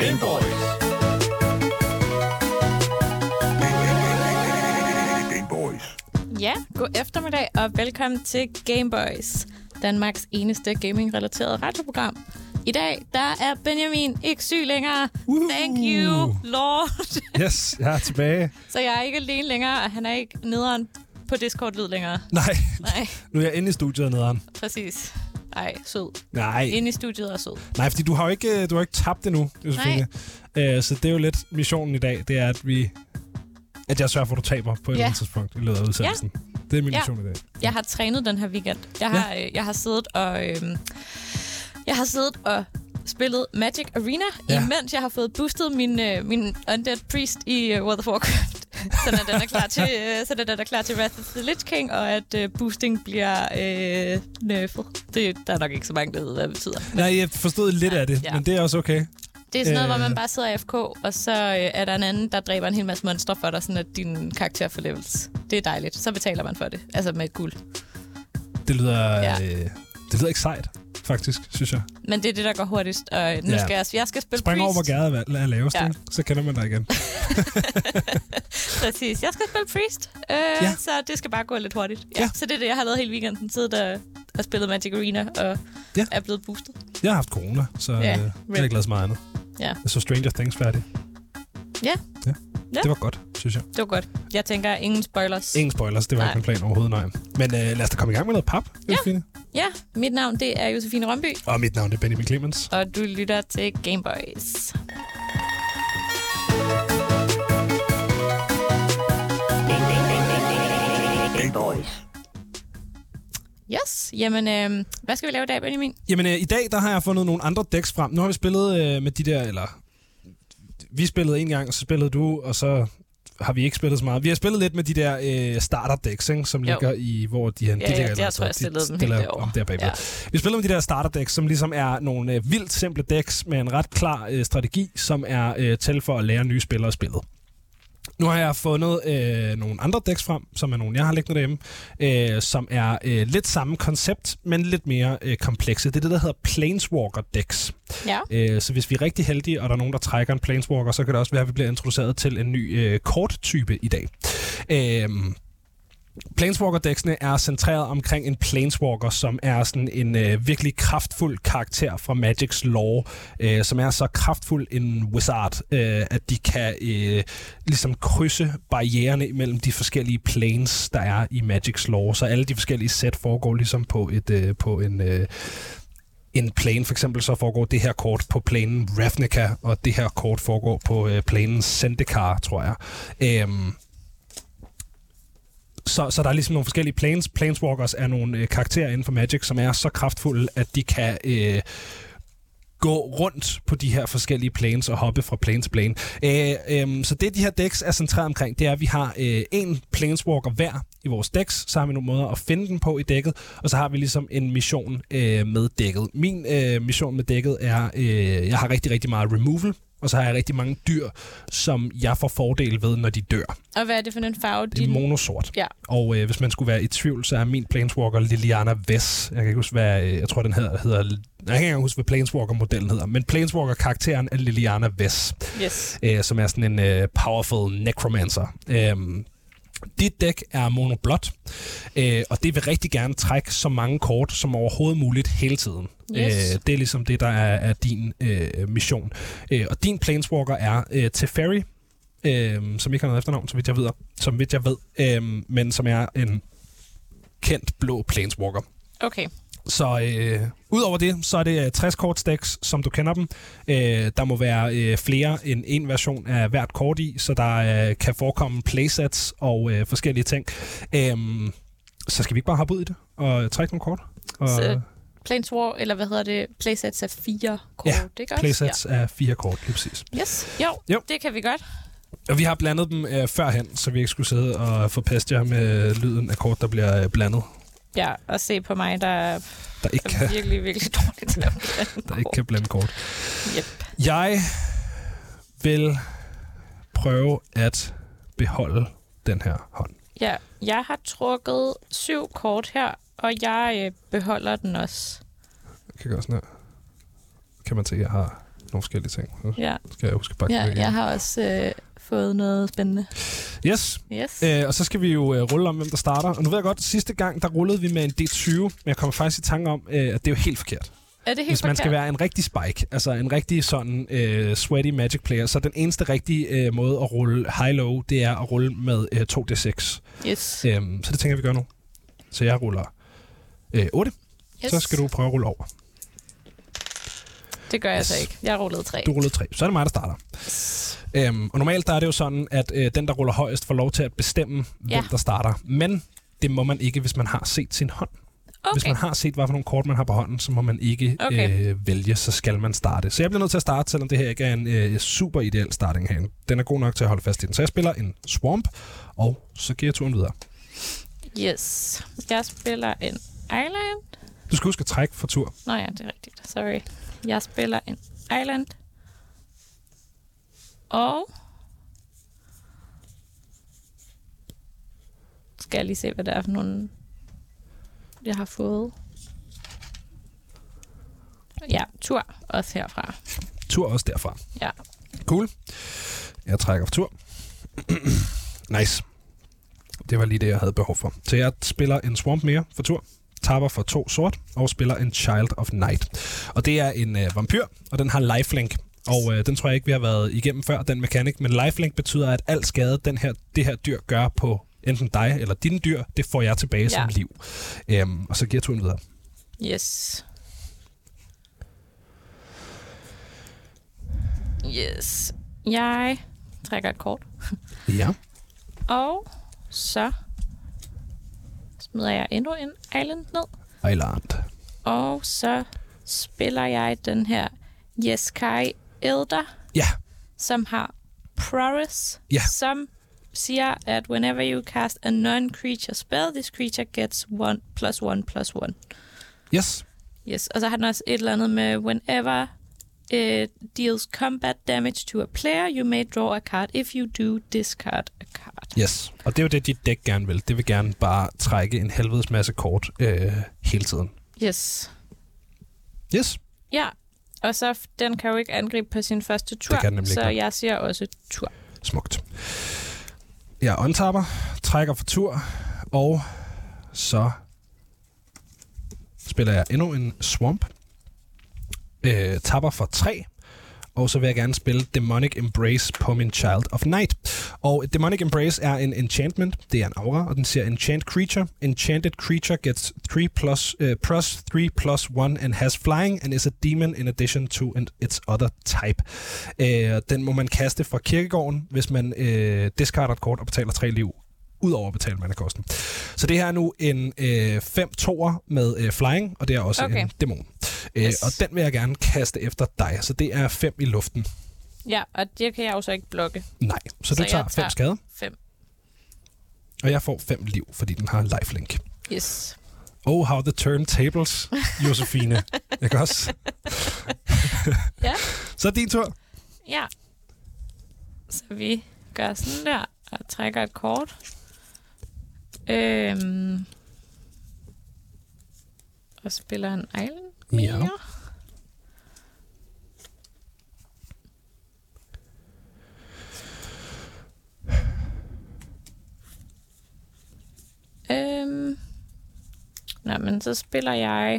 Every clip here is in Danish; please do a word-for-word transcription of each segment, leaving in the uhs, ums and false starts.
Game Boys. Game Boys. Ja, god eftermiddag og velkommen til Game Boys, Danmarks eneste gaming-relateret radioprogram. I dag, der er Benjamin ikke syg længere. Woohoo! Thank you, Lord. Yes, jeg er tilbage. Så jeg er ikke alene længere, og han er ikke nederen på Discord-lyd længere. Nej, Nej, nu er jeg inde i studiet nederen. præcis. Ej, sød. Nej. Inde i studiet er sød. Nej, fordi du har jo ikke, du har ikke tabt endnu, Josefine. Uh, så det er jo lidt missionen i dag, det er, at vi... At jeg sørger for, at du taber på et Ja. eller andet tidspunkt i løbet af udsendelsen. Ja. Det er min Ja. mission i dag. Jeg har trænet den her weekend. Jeg har, ja. øh, jeg har siddet og... Øh, jeg har siddet og spillet Magic Arena, Ja. imens jeg har fået boostet min, øh, min Undead Priest i uh, World of Warcraft. så den er klar til, øh, så den er klar til Wrath of the Lich King, og at øh, boosting bliver øh, nerfed. Det der er nok ikke så mange, der ved, hvad det betyder. Nej, jeg forstod lidt Ja, af det, ja. men det er også okay. Det er sådan noget, Øh. hvor man bare sidder i F K, og så øh, er der en anden, der dræber en hel masse monstre for dig, sådan at din karakter får levels. Det er dejligt. Så betaler man for det. Altså med guld. Det lyder, Ja. øh, det lyder ikke sejt, faktisk, synes jeg. Men det er det, der går hurtigst. Og nu Ja. skal jeg, jeg skal spille Spring over, hvor Priest. gæret er lavest, Ja. ja. Så kender man dig igen. Præcis. Jeg skal spille Priest, øh, Ja. så det skal bare gå lidt hurtigt. Ja. Ja. Så det er det, jeg har lavet hele weekenden. Siddet og, og spillet Magic Arena, og Ja. er blevet boostet. Jeg har haft corona, så Ja, øh, jeg er ikke glad så meget andet. Ja. Jeg så Stranger Things færdig. Ja. ja. Ja. Det var godt, synes jeg. Det var godt. Jeg tænker, ingen spoilers. Ingen spoilers, det var Nej. ikke min plan overhovedet, nej. Men øh, lad os da komme i gang med noget pap, Ja. Josefine. Ja, mit navn det er Josefine Rønby, Og mit navn er Benjamin Clemens. og du lytter til Game Boys. Game Boys. Yes. Jamen, øh, hvad skal vi lave i dag, Benjamin? Jamen, øh, i dag der har jeg fundet nogle andre decks frem. Nu har vi spillet øh, med de der, eller... Vi spillede en gang, og så spillede du, og så har vi ikke spillet så meget. Vi har spillet lidt med de der øh, starter-decks, ikke, som Jo. ligger i, hvor de her... Ja, de ja, ligger det, jeg altså- tror, jeg de stillede dem stiller helt derovre. om der bagved. Ja. Vi spiller med de der starter-decks, som ligesom er nogle øh, vildt simple decks med en ret klar øh, strategi, som er øh, til for at lære nye spillere spillet. Nu har jeg fundet øh, nogle andre decks frem, som er nogle, jeg har liggende derhjemme, øh, som er øh, lidt samme koncept, men lidt mere øh, komplekse. Det er det, der hedder Planeswalker decks. Ja. Øh, så hvis vi er rigtig heldige, og der er nogen, der trækker en Planeswalker, så kan det også være, at vi bliver introduceret til en ny øh, korttype i dag. Øh, Planeswalker-dæksene er centreret omkring en Planeswalker, som er sådan en øh, virkelig kraftfuld karakter fra Magics lore, øh, som er så kraftfuld en wizard, øh, at de kan øh, ligesom krydse barriererne mellem de forskellige planes, der er i Magics lore. Så alle de forskellige sæt foregår ligesom på, et, øh, på en... Øh, en plane. For eksempel så foregår det her kort på planen Ravnica, og det her kort foregår på øh, planen Zendikar, tror jeg. Øhm, Så, så der er ligesom nogle forskellige planes. Planeswalkers er nogle øh, karakterer inden for Magic, som er så kraftfulde, at de kan øh, gå rundt på de her forskellige planes og hoppe fra plane til plane. Øh, øh, så det, de her decks er centreret omkring, det er, at vi har øh, en Planeswalker hver i vores decks. Så har vi nogle måder at finde den på i dækket, og så har vi ligesom en mission øh, med dækket. Min øh, mission med dækket er, øh, jeg har rigtig, rigtig meget removal, og så har jeg rigtig mange dyr, som jeg får fordel ved, når de dør. Og hvad er det for en farve? Det er monosort. Ja. Og øh, hvis man skulle være i tvivl, så er min Planeswalker Liliana Vess. Jeg kan ikke huske, hvad øh, jeg tror, den hedder. hedder jeg kan ikke engang huske, hvad Planeswalker-modellen hedder. Men Planeswalker-karakteren er Liliana Vess, Yes. øh, som er sådan en øh, powerful necromancer. Øh, Dit dæk er monoblåt, øh, og det vil rigtig gerne trække så mange kort som overhovedet muligt hele tiden. Yes. Øh, det er ligesom det, der er, er din øh, mission. Øh, og din Planeswalker er øh, Teferi, øh, som ikke har noget efternavn, så vidt jeg ved, som vidt jeg ved øh, men som er en kendt blå Planeswalker. Okay. Så øh, udover det, så er det tres kort stacks, som du kender dem. Øh, der må være øh, flere end en version af hvert kort i, så der øh, kan forekomme playsets og øh, forskellige ting. Øh, så skal vi ikke bare hoppe ud i det og trække nogle kort? Og, Så Planeswalker, eller hvad hedder det? Playsets af fire kort, ja, det er godt? playsets ja. af fire kort, lige præcis. Yes, jo, Jo. det kan vi godt. Og vi har blandet dem øh, førhen, så vi ikke skulle sidde og forpeste jer med lyden af kort, der bliver øh, blandet. Ja, og se på mig, der Der ikke er kan, virkelig, virkelig dårligt til at blande der ikke kan blande kort. Yep. Jeg vil prøve at beholde den her hånd. Ja, jeg har trukket syv kort her, og jeg øh, beholder den også. Jeg kan gøre sådan her. Kan man se, at jeg har nogle forskellige ting. Så Ja. skal jeg huske bare Ja, jeg har også øh, fået noget spændende. Yes. Yes. Øh, og så skal vi jo øh, rulle om, hvem der starter. Og nu ved jeg godt, at sidste gang, der rullede vi med en D tyve, men jeg kommer faktisk i tanke om, øh, at det er jo helt forkert. Er det helt Hvis man forkert? skal være en rigtig spike, altså en rigtig sådan øh, sweaty Magic player, så den eneste rigtige øh, måde at rulle high-low, det er at rulle med øh, to D seks. Yes. Øhm, så det tænker jeg, vi gør nu. Så jeg ruller øh, otte. Yes. Så skal du prøve at rulle over. Det gør jeg Yes. så ikke. Jeg rullede tre. Du rullede tre. Så er det mig, der starter. Yes. Øhm, og normalt der er det jo sådan, at øh, den, der ruller højest, får lov til at bestemme, Ja. hvem der starter. Men det må man ikke, hvis man har set sin hånd. Okay. Hvis man har set, hvad for nogle kort man har på hånden, så må man ikke Okay. øh, vælge, så skal man starte. Så jeg bliver nødt til at starte, selvom det her ikke er en øh, super ideel starting hand. Den er god nok til at holde fast i den. Så jeg spiller en Swamp, og så giver jeg turen videre. Yes. Jeg spiller en Island. Du skal huske at trække for tur. Nå ja, det er rigtigt. Sorry. Jeg spiller en Island. Og... Skal jeg lige se, hvad det er for nogle... jeg har fået. Ja, tur også herfra. Tur også derfra. Ja. Cool. Jeg trækker for tur. Nice. Det var lige det, jeg havde behov for. Så jeg spiller en Swamp mere for tur. Tapper for to sort og spiller en Child of Night. Og det er en øh, vampyr, og den har lifelink. Og øh, den tror jeg ikke, vi har været igennem før, den mekanik. Men lifelink betyder, at al skade, den her, det her dyr gør på enten dig eller dine dyr, det får jeg tilbage ja. som liv. Øhm, og så giver jeg turen videre. Yes. Yes. Jeg trækker et kort. Ja. Og så smider jeg endnu en Island ned. Island. Og så spiller jeg den her Jeskai Elder, Ja. som har Prowess, Ja. som siger, at whenever you cast a non-creature spell, this creature gets one plus one plus one. Yes. Yes, og så har den også et eller andet med, whenever it deals combat damage to a player, you may draw a card. If you do, discard a card. Yes. Og det er jo det, dit dæk gerne vil. Det vil gerne bare trække en helvedes masse kort øh, hele tiden. Yes. Yes. Ja, og så f- den kan jo ikke angribe på sin første tur, Det kan den nemlig så ikke. jeg siger også tur. Smukt. Jeg untapper, trækker for tur, og så spiller jeg endnu en Swamp. Øh, tapper for tre, og så vil jeg gerne spille Demonic Embrace på min Child of Night. Og Demonic Embrace er en enchantment, det er en aura, og den siger enchant creature. Enchanted creature gets three plus, uh, plus three plus one and has flying and is a demon in addition to its other type. Uh, den må man kaste fra kirkegården, hvis man uh, discarder et kort og betaler tre liv, udover at betale mandekosten. Så det her er nu en øh, fem toer med øh, flying, og det er også Okay. en dæmon. Øh, Yes. og den vil jeg gerne kaste efter dig, så det er fem i luften. Ja, og det kan jeg jo så ikke blokke. Nej, så, så du jeg tager fem skade, Fem. og jeg får fem liv, fordi den har lifelink. Yes. Oh, how the turntables, Josefine. Ikke også? Ja. Så er din tur. Ja. Så vi gør sådan der, og trækker et kort. Øhm. Og spiller en Island mere. Ja. Øhm. Nå, men så spiller jeg...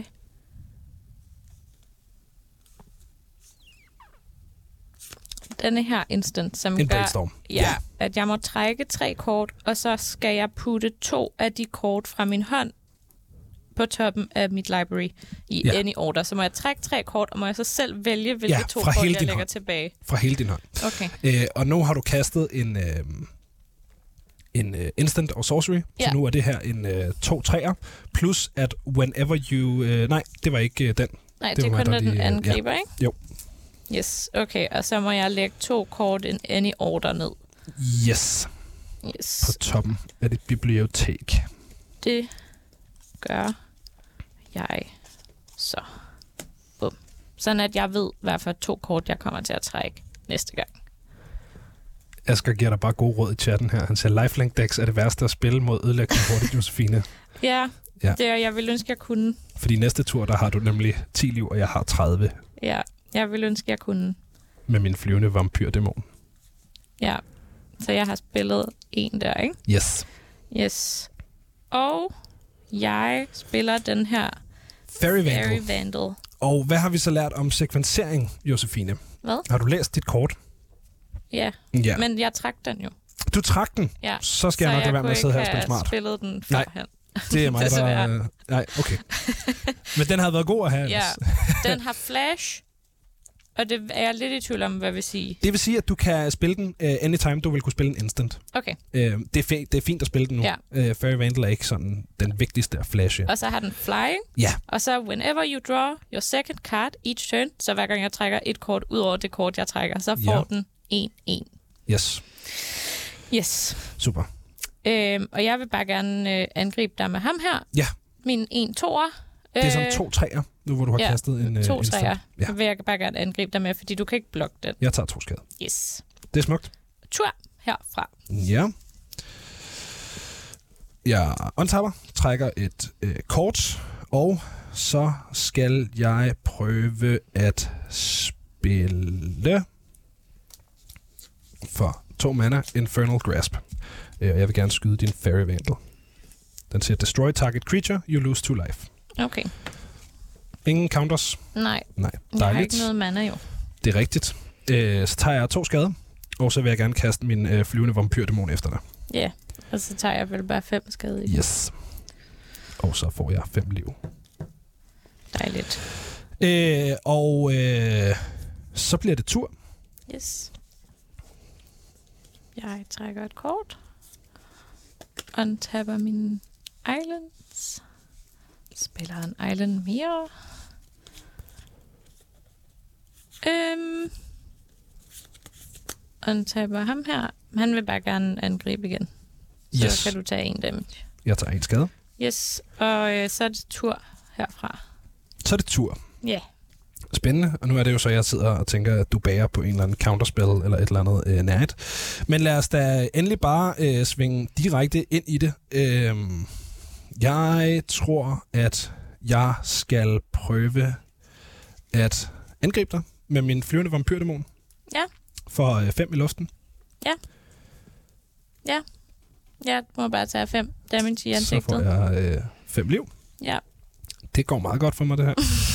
denne her instant, som En gør, brainstorm. ja, ja, at jeg må trække tre kort, og så skal jeg putte to af de kort fra min hånd på toppen af mit library i Ja. any order. Så må jeg trække tre kort, og må jeg så selv vælge, hvilke Ja, to fra kort hele jeg din lægger hånd. tilbage. Fra hele din hånd. Okay. Øh, og nu har du kastet en, øh, en øh, instant og sorcery, Ja. så nu er det her en øh, to træer, plus at whenever you... Øh, nej, det var ikke øh, den. Nej, Det det, det var er kun, mig, når der den lige, øh, angriber, ja. ikke? Jo. Yes, okay. Og så må jeg lægge to kort in any order ned. Yes, Yes. på toppen af dit bibliotek. Det gør jeg så. Bum. Sådan at jeg ved, hvad for to kort, jeg kommer til at trække næste gang. Asger giver dig bare god råd i chatten her. Han siger, lifelink decks er det værste at spille mod ødelæggende hurtigt, Josefine. Ja, Ja. det er, jeg vil ønske, jeg kunne. Fordi næste tur, der har du nemlig ti liv, og jeg har tredive. Ja, jeg vil ønske, jeg kunne. med min flyvende vampyrdæmon. Ja, så jeg har spillet en der, ikke? Yes. Yes. Og jeg spiller den her Fairy Vandal. Fairy Vandal. Og hvad har vi så lært om sekvensering, Josefine? Hvad? Har du læst dit kort? Ja, Ja. men jeg trak den jo. Du trak den? Ja. Så skal så jeg nok lade være med at sidde her og spille smart. Så jeg kunne ikke have spillet den førhen. Det er mig, Desværre. der... Nej, okay. Men den havde været god at have. Ja, ellers. den har flash, og det er jeg lidt i tvivl om, hvad jeg vil sige. Det vil sige, at du kan spille den uh, anytime, du vil kunne spille den instant. Okay. Uh, det, er fe- det er fint at spille den nu. Ja. Uh, Fairy Vandal er ikke sådan den vigtigste at flashe. Og så har den flying. Ja. Og så whenever you draw your second card each turn, så hver gang jeg trækker et kort ud over det kort, jeg trækker, så får Ja. den en en. Yes. Yes. Super. Øhm, og jeg vil bare gerne øh, angribe dig med ham her. Ja. Min en toer. Det er sådan to træer, nu hvor du har ja, kastet en to uh, træer. Ja. Så vil jeg bare gerne angribe dig med, fordi du kan ikke blokke den. Jeg tager to skade. Yes. Det er smukt. Tur herfra. Ja. Jeg untapper, trækker et øh, kort, og så skal jeg prøve at spille for to mana Infernal Grasp. Øh, og jeg vil gerne skyde din Fairy Vandal. Den siger, destroy target creature, you lose two life. Okay. Ingen counters? Nej. Nej, Jeg har dejligt. ikke noget mana jo. Det er rigtigt. Øh, så tager jeg to skade, og så vil jeg gerne kaste min øh, flyvende vampyrdæmon efter dig. Ja, yeah. Og så tager jeg vel bare fem skade i. Yes. Og så får jeg fem liv. Dejligt. Øh, og øh, så bliver det tur. Yes. Jeg trækker et kort. Untapper mine islands. Spiller en island mere. Øhm. Untapper ham her. Han vil bare gerne angribe igen. Så Yes. kan du tage en damage. Jeg tager en skade. Yes, og øh, så er det tur herfra. Så er det tur. Ja. Yeah. Spændende. Og nu er det jo så, jeg sidder og tænker, at du bager på en eller anden counterspell eller et eller andet øh, nært. Men lad os da endelig bare øh, svinge direkte ind i det. Øh, jeg tror, at jeg skal prøve at angribe dig med min flyvende vampyrdæmon. Ja. For øh, fem i luften. Ja. Ja. Ja, du må bare tage fem damage i Så ansigtet. får jeg øh, fem liv. Ja. Det går meget godt for mig, det her.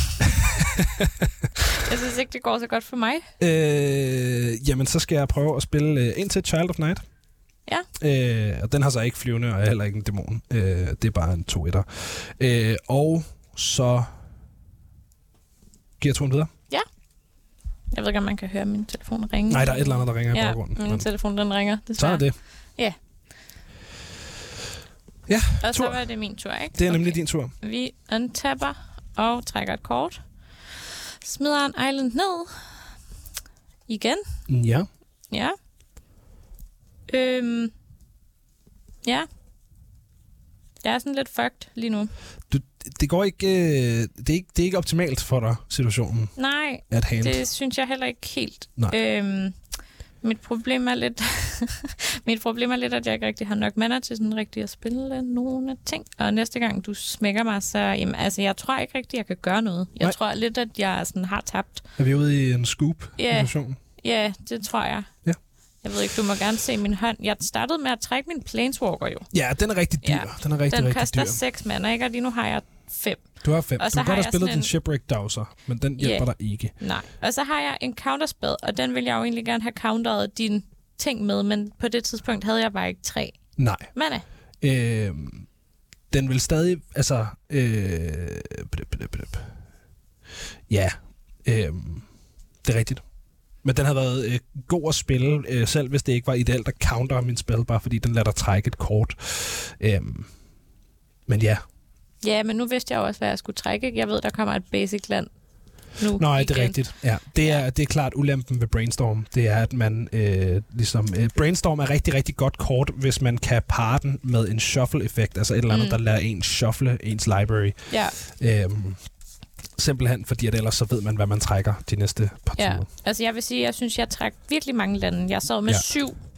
Jeg synes ikke, det går så godt for mig. øh, jamen, så skal jeg prøve at spille øh, ind til Child of Night. Ja. Øh, og den har så ikke flyvende, og er heller ikke en dæmon. Øh, det er bare en to-etter. Øh, og så giver jeg turen videre. Ja. Jeg ved ikke, om man kan høre min telefon ringe. Nej, der er et eller andet, der ringer i ja, baggrunden. min Men telefon, den ringer. så Desværre. er det. Ja. Ja, Og så tur. var det min tur, ikke? Det er nemlig din tur. Vi untapper og trækker et kort. Smider en island ned. Igen. Ja. Ja. Øhm. Ja. Jeg er sådan lidt fucked lige nu. Du, det går ikke, øh, det, er ikke, det er ikke optimalt for dig, situationen, Nej, at hand. det synes jeg heller ikke helt. Nej. Øhm, mit problem er lidt, mit problem er lidt, at jeg ikke rigtig har nok mana til sådan rigtig at spille nogle ting. Og næste gang du smækker mig, så jamen, altså, jeg tror ikke rigtig, jeg kan gøre noget. Jeg Nej. tror lidt, at jeg sådan har tabt. Er vi ude i en scoop-situation? Ja, det tror jeg. Ja. Jeg ved ikke, du må gerne se min hånd. Jeg startede med at trække min Planeswalker jo. Ja, den er rigtig dyr. Ja. Den er rigtig, Den rigtig koster dyr. seks mana, ikke? Og lige nu har jeg fem. Du har fem. Og Du så kan har godt have jeg spillet sådan din en- Shipwreck Dowser, men den hjælper Ja. dig ikke. Nej. Og så har jeg en counterspell, og den vil jeg jo egentlig gerne have counteret dine ting med, men på det tidspunkt havde jeg bare ikke tre Nej. mana. Øh, den vil stadig, altså, øh, blip, blip, blip. Ja, øh, det er rigtigt. Men den har været øh, god at spille, øh, selv hvis det ikke var ideelt at counter min spil, bare fordi den lader dig trække et kort. Øh, men ja. Ja, men nu vidste jeg jo også, hvad jeg skulle trække. Jeg ved, der kommer et basic land nu. Nej, igen. det er rigtigt. Ja, det er, det er klart ulempen ved Brainstorm. Det er, at man øh, ligesom... Øh, Brainstorm er rigtig, rigtig godt kort, hvis man kan parre den med en shuffle-effekt. Altså et eller andet, Mm. der lader en shuffle ens library. Ja, Øhm, simpelthen fordi, at ellers så ved man, hvad man trækker de næste par ja. ture. Altså jeg vil sige, jeg synes, jeg trak virkelig mange lande. Jeg sad med Ja. ja. syv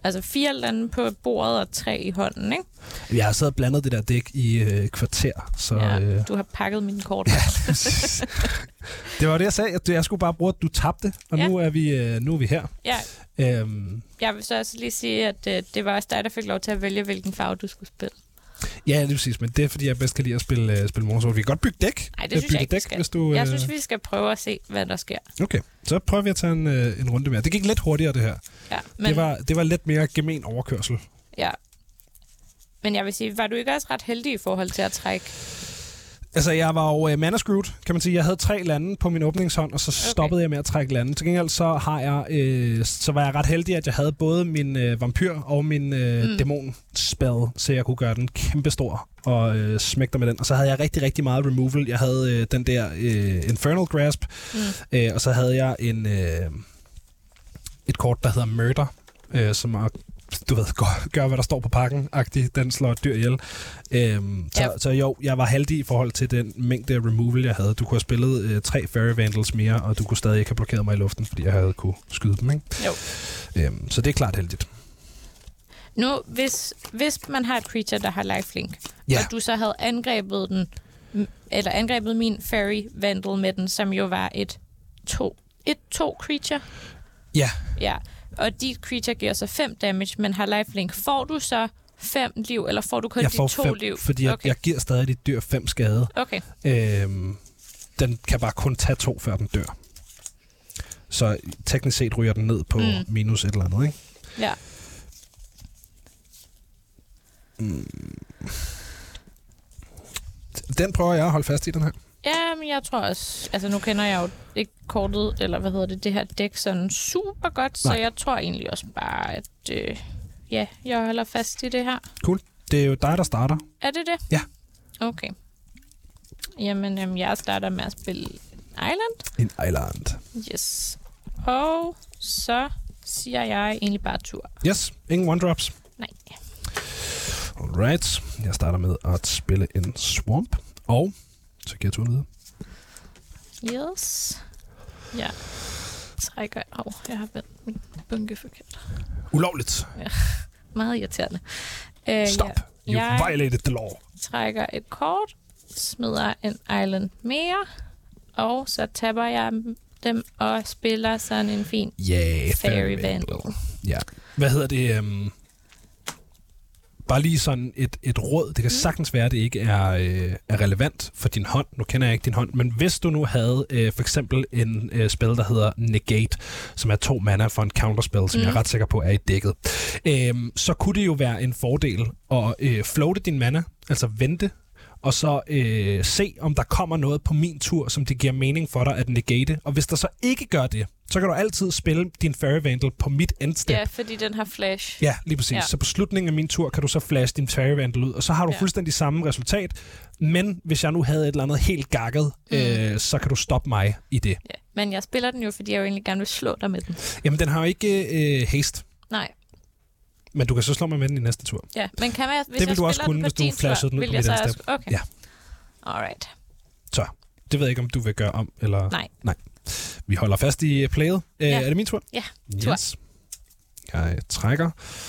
Altså fire lande på bordet og tre i hånden, ikke? Jeg har siddet og blandet det der dæk i øh, kvarter, så... Ja, øh... du har pakket mine kort. Det var det, jeg sagde. Jeg skulle bare bruge, at du tabte, og ja. nu, er vi, øh, nu er vi her. Ja. Øhm... Jeg vil så også lige sige, at øh, det var også dig, der fik lov til at vælge, hvilken farve du skulle spille. Ja, det er præcis, men det er, fordi jeg bedst kan lide at spille, uh, spille monosport. Vi kan godt bygge dæk. Nej, det synes jeg ikke, dæk, skal. Hvis du, jeg uh... synes, vi skal prøve at se, hvad der sker. Okay, så prøver vi at tage en, uh, en runde mere. Det gik lidt hurtigere, det her. Ja, men... det, var, det var lidt mere gemen overkørsel. Ja. Men jeg vil sige, var du ikke også ret heldig i forhold til at trække? Altså, jeg var jo uh, mana-screwed, kan man sige. Jeg havde tre lande på min åbningshånd, og så stoppede okay. jeg med at trække lande. Til gengæld så, har jeg, øh, så var jeg ret heldig, at jeg havde både min øh, vampyr og min øh, mm. dæmon-spell, så jeg kunne gøre den kæmpestor og øh, smække med den. Og så havde jeg rigtig, rigtig meget removal. Jeg havde øh, den der øh, Infernal Grasp, mm. øh, og så havde jeg en øh, et kort, der hedder Murder, øh, som er du ved, gør, gør hvad der står på pakken-agtigt. Den slår dyr ihjel. Øhm, så, ja. så jo, jeg var heldig i forhold til den mængde removal, jeg havde. Du kunne have spillet øh, tre Fairy Vandals mere, og du kunne stadig ikke have blokeret mig i luften, fordi jeg havde kunne skyde dem, ikke? Jo. Øhm, så det er klart heldigt. Nu, hvis, hvis man har et creature, der har lifelink, ja. og du så havde angrebet den, eller angrebet min Fairy Vandal med den, som jo var et to, et to creature. Ja. Ja. Og dit creature giver så fem damage, men har lifelink. Får du så fem liv, eller får du kun jeg de får to fem, liv? Fordi jeg, okay. jeg giver stadig dit dyr fem skade. Okay. Øhm, den kan bare kun tage to, før den dør. Så teknisk set ryger den ned på mm. minus et eller andet, ikke? Ja. Mm. Den prøver jeg at holde fast i, den her. Ja, men jeg tror også... Altså, nu kender jeg jo ikke kortet, eller hvad hedder det, det her dæk sådan super godt, Nej. så jeg tror egentlig også bare, at... Øh, ja, jeg holder fast i det her. Cool. Det er jo dig, der starter. Er det det? Ja. Okay. Jamen, øhm, jeg starter med at spille Island. En Island. Yes. Og så siger jeg egentlig bare tur. Yes. Ingen one-drops. Nej. Alright. Jeg starter med at spille en Swamp. Og så giver jeg turen videre. Yes. Ja. Trækker... Åh, oh, jeg har vendt min bunke forkert. Ulovligt. Ja. Meget irriterende. Uh, Stop. Ja. You Jeg violated the law. trækker et kort, smider en island mere, og så tapper jeg dem og spiller sådan en fin yeah, Fairy Vandal. Ja. Hvad hedder det? Um, bare lige sådan et, et råd. Det kan mm. sagtens være, at det ikke er, øh, er relevant for din hånd. Nu kender jeg ikke din hånd. Men hvis du nu havde øh, for eksempel en øh, spil, der hedder Negate, som er to mana for en counterspell, som mm. jeg er ret sikker på er i dækket, øh, så kunne det jo være en fordel at øh, floate din mana, altså vente, og så øh, se, om der kommer noget på min tur, som det giver mening for dig at negate. Og hvis der så ikke gør det, så kan du altid spille din Fairy Vandal på mit endstep. Ja, fordi den har flash. Ja, lige præcis. Ja. Så på slutningen af min tur kan du så flash din Fairy Vandal ud, og så har du ja. fuldstændig samme resultat. Men hvis jeg nu havde et eller andet helt gakket, mm. øh, så kan du stoppe mig i det. Ja. Men jeg spiller den jo, fordi jeg jo egentlig gerne vil slå dig med den. Jamen, den har jo ikke øh, haste. Nej. Men du kan så slå mig med den i næste tur. Ja, men kan man, hvis det vil jeg du også kunne, hvis du flashede den ud på mit endstep. Okay. Ja. Alright. Så, det ved jeg ikke, om du vil gøre om, eller... Nej. Nej. Vi holder fast i playet. Øh, ja. Er det min tur? Ja, tur. Yes. Jeg trækker.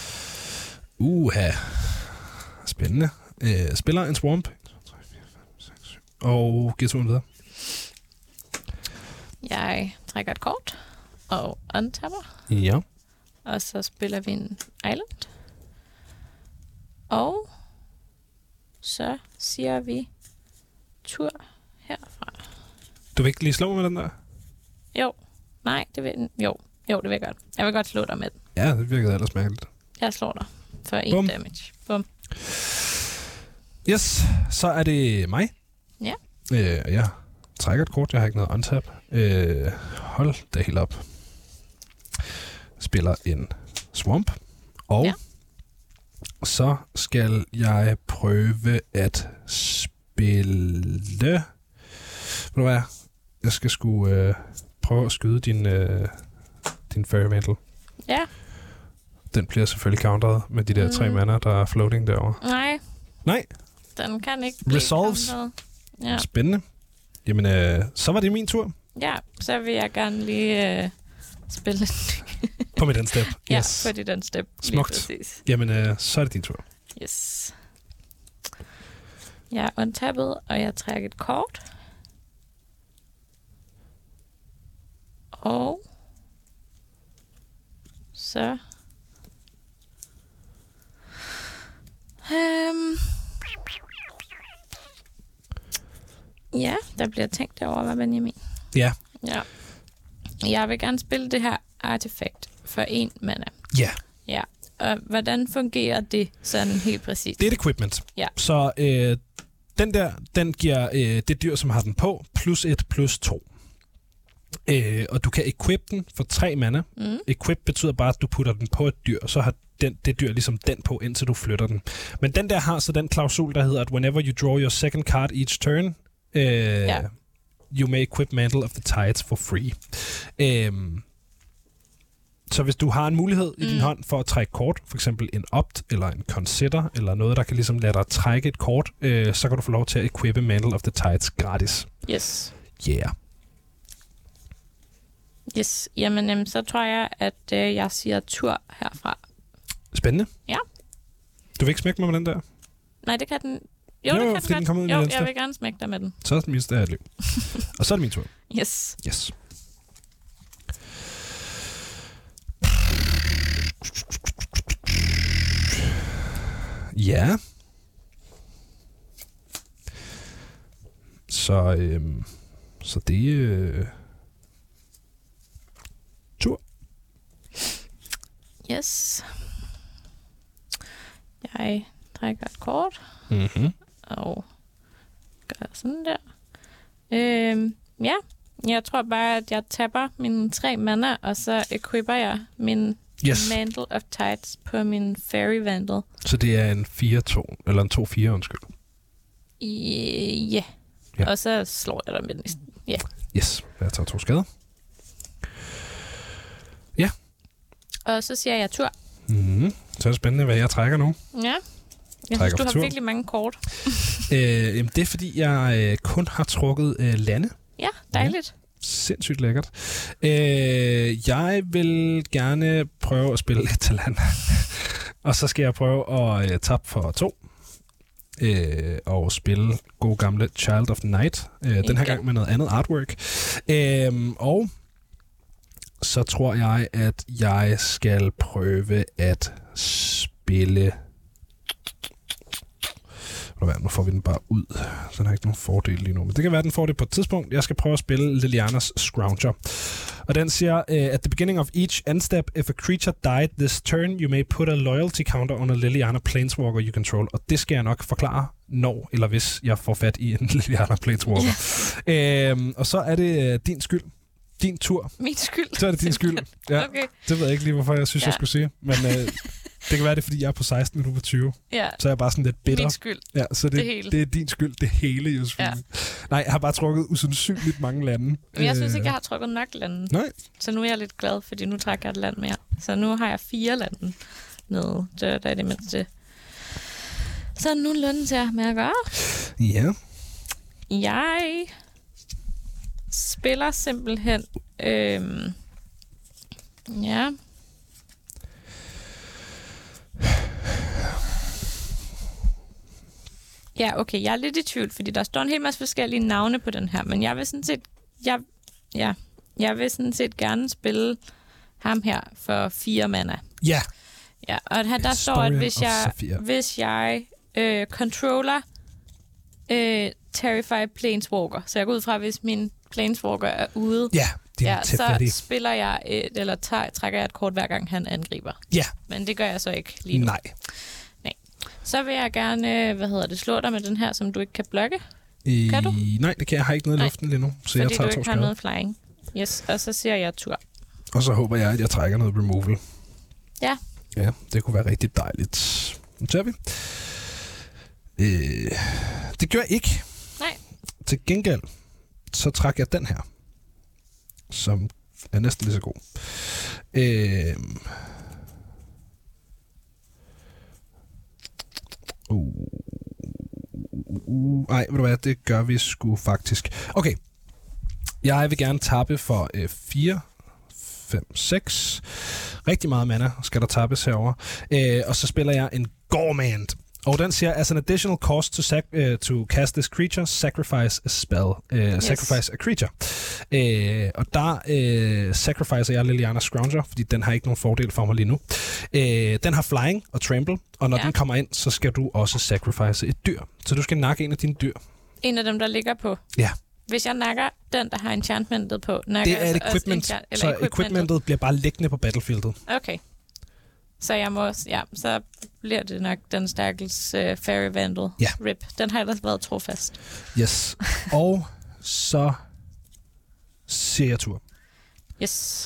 Uha. Spændende. Øh, spiller en Swamp. Og giver turen videre. Jeg trækker et kort og untapper. Ja. Og så spiller vi en Island. Og så siger vi tur herfra. Du vil ikke lige slå mig med den der? Jo. Nej, det vil Jo, jo det vil jeg godt. Jeg vil godt slå dig med den. Ja, det virkede ellers mærkeligt. Jeg slår dig for en damage. Bum. Yes, så er det mig. Ja. Øh, jeg trækker et kort. Jeg har ikke noget untap. Øh, hold det helt op. Spiller en Swamp. Og ja. Så skal jeg prøve at spille... Ved du hvad? Jeg skal sgu øh, prøve at skyde din, øh, din Fairy Vandal. Ja. Den bliver selvfølgelig counteret med de der mm. tre mana, der er floating derovre. Nej. Nej? Den kan ikke blive Resolves. Ja. Spændende. Jamen, øh, så var det min tur. Ja, så vil jeg gerne lige øh, spille På mit step. Ja, Yes. på dit den step. Smukt. Jamen, øh, så er det din tur. Yes. Jeg er untappet, og jeg trækker et kort. Og så... Um, ja, der bliver tænkt over, hvad Benjamin. Ja. Ja. Jeg vil gerne spille det her artefakt for en mana. Ja. Ja. Og hvordan fungerer det sådan helt præcis? Det er et equipment. Ja. Så øh, den der, den giver øh, det dyr, som har den på, plus et, plus to. Øh, og du kan equip den for tre mana. Mm. Equip betyder bare, at du putter den på et dyr, og så har den, det dyr ligesom den på, indtil du flytter den. Men den der har så den klausul, der hedder, at whenever you draw your second card each turn, øh, ja. you may equip Mantle of the Tides for free. Øh, så hvis du har en mulighed mm. i din hånd for at trække kort, for eksempel en opt eller en consider, eller noget, der kan ligesom lade dig trække et kort, øh, så kan du få lov til at equippe Mantle of the Tides gratis. Yes. Yeah. Yes. Jamen, øhm, så tror jeg, at øh, jeg siger tur herfra. Spændende. Ja. Du vil ikke smække mig med den der? Nej, det kan den... Jo, Jo, det kan fordi den den kommer ud i Jo, den jeg vil gerne smække dig med den. Så er det mindst af et liv. Og så er det min tur. Yes. Yes. Ja. Så, øhm, så det øh, tur. Yes. Jeg trækker et kort. Mhm. Og gør sådan der. Øhm, ja. Jeg tror bare, at jeg tapper mine tre mana, og så equipper jeg min Yes. Mantle of Tides på min Fairy Vandal. Så det er en fire to, eller en to fire, undskyld. I, yeah. Ja. Og så slår jeg dig med den. Ja. Yeah. Yes, jeg tager to skader. Ja. Og så siger jeg tur. Mm-hmm. Så er det spændende, hvad jeg trækker nu. Ja. Jeg Trækker synes, du har tur. virkelig mange kort. øh, jamen, det er, fordi jeg øh, kun har trukket øh, lande. Ja, dejligt. Sindssygt lækkert. Øh, jeg vil gerne prøve at spille lidt til land. Og så skal jeg prøve at øh, tappe for to. Øh, og spille god gamle Child of the Night. Øh, den her gang med noget andet artwork. Øh, og så tror jeg, at jeg skal prøve at spille... Nu får vi den bare ud. Så den har ikke nogen fordel lige nu. Men det kan være, at den får det på et tidspunkt. Jeg skal prøve at spille Lilianas Scrounger. Og den siger, uh, at the beginning of each end step, if a creature died this turn, you may put a loyalty counter on a Liliana Planeswalker you control. Og det skal jeg nok forklare, når eller hvis jeg får fat i en Liliana Planeswalker. øhm, og så er det uh, din skyld. Din tur. Min skyld. Så er det din skyld. Ja, okay. Det ved jeg ikke lige, hvorfor jeg synes, ja. jeg skulle sige. Men uh, det kan være, det er, fordi jeg er på seksten, og du er på tyve. Ja. Så er jeg bare sådan lidt bitter. Min skyld. Ja, så det, det, hele. det er din skyld, det hele, Josefine. Ja. Nej, jeg har bare trukket usandsynligt mange lande. Men jeg synes ikke, jeg har trukket nok lande. Nej. Så nu er jeg lidt glad, fordi nu trækker jeg et land mere. Så nu har jeg fire lande nede. Der, der er det mindste. Så er nogenlunde til at med at gøre. Ja. Jeg spiller simpelthen... Øhm, ja... Ja, okay, jeg er lidt i tvivl, fordi der står en hel masse forskellige navne på den her, men jeg vil sådan set, jeg, ja, jeg vil sådan set gerne spille ham her for fire mana. Ja. Ja, og her, der står, at hvis jeg, hvis jeg øh, controller øh, Terrify Planeswalker, så jeg går ud fra, hvis min Planeswalker er ude, ja, ja, så spiller jeg et, eller tager, trækker jeg et kort, hver gang han angriber. Ja. Men det gør jeg så ikke lige nu. Nej. Så vil jeg gerne, hvad hedder det, slå dig med den her, som du ikke kan blokke. I... Kan du? Nej, det kan jeg. har ikke noget i luften lige nu, så fordi jeg tager du to ikke skader. har noget flying. Yes, og så siger jeg tur. Og så håber jeg, at jeg trækker noget removal. Ja. Ja, det kunne være rigtig dejligt. Nu tager vi. Øh, det gør jeg ikke. Nej. Til gengæld, så trækker jeg den her, som er næsten lige så god. Øh... Uh, uh, ej, ved du hvad, det gør vi sgu faktisk. Okay, jeg vil gerne tappe for øh, fire, fem, seks. Rigtig meget mana skal der tappes herover. Øh, og så spiller jeg en Gormand. Og den siger, as an additional cost to, sac- uh, to cast this creature, sacrifice a spell. Uh, yes. Sacrifice a creature. Uh, og der uh, sacrificer jeg Liliana Scrounger, fordi den har ikke nogen fordel for mig lige nu. Uh, den har flying og trample, og når ja. den kommer ind, så skal du også sacrifice et dyr. Så du skal nakke en af dine dyr. En af dem, der ligger på? Ja. Hvis jeg nakker den, der har enchantmentet på, nakker det er et equipment, enchant- så equipmentet. equipmentet bliver bare liggende på battlefieldet. Okay. Så jeg må, ja, så bliver det nok den stakkels uh, Fairy Vandal. Ja. Rip. Den har ellers været trofast. Yes. Og så ser jeg tur. Yes.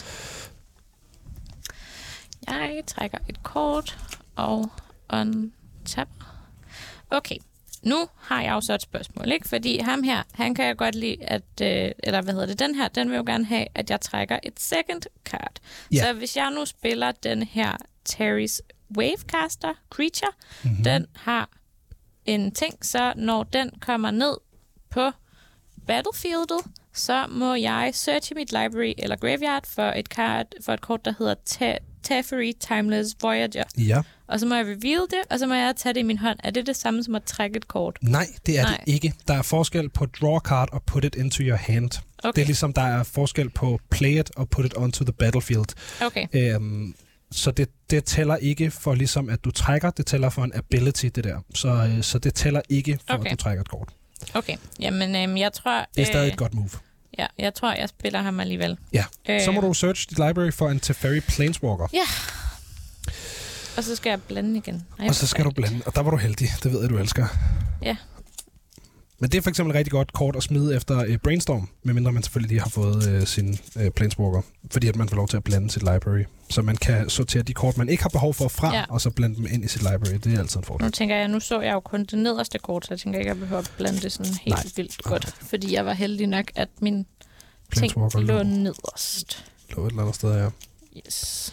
Jeg trækker et kort og untapper. Okay. Nu har jeg jo så et spørgsmål, ikke? Fordi ham her, han kan jeg godt lide, at, øh, eller hvad hedder det, den her, den vil jo gerne have, at jeg trækker et second card. Yeah. Så hvis jeg nu spiller den her Terry's Wavecaster Creature, mm-hmm. den har en ting, så når den kommer ned på battlefieldet, så må jeg search i mit library eller graveyard for et, card, for et kort, der hedder Ta- Teferi Timeless Voyager. Ja. Og så må jeg reveal det, og så må jeg tage det i min hånd. Er det det samme som at trække et kort? Nej, det er Nej. det ikke. Der er forskel på draw a card og put it into your hand. Okay. Det er ligesom, der er forskel på play it og put it onto the battlefield. Okay. Øhm, så det, det tæller ikke for ligesom, at du trækker. Det tæller for en ability, det der. Så, øh, så det tæller ikke for, okay. at du trækker et kort. Okay. Jamen, øh, jeg tror... Det er stadig øh, et godt move. Ja, jeg tror, jeg spiller ham alligevel. Ja. Øh, så må du search dit library for en Teferi Planeswalker. Ja. Og så skal jeg blande igen. Ej, og så skal du blande, og der var du heldig. Det ved jeg, du elsker. Ja. Men det er for eksempel et rigtig godt kort at smide efter uh, Brainstorm, medmindre man selvfølgelig lige har fået uh, sin uh, Planeswalker, fordi at man får lov til at blande sit library. Så man kan sortere de kort, man ikke har behov for fra, ja. og så blande dem ind i sit library. Det er altid en fordel. Nu tænker jeg, nu så jeg jo kun det nederste kort, så jeg tænker ikke, at jeg behøver at blande det sådan helt Nej. vildt godt. Okay. Fordi jeg var heldig nok, at min ting lå nederst. Lå et eller andet sted, ja. Yes.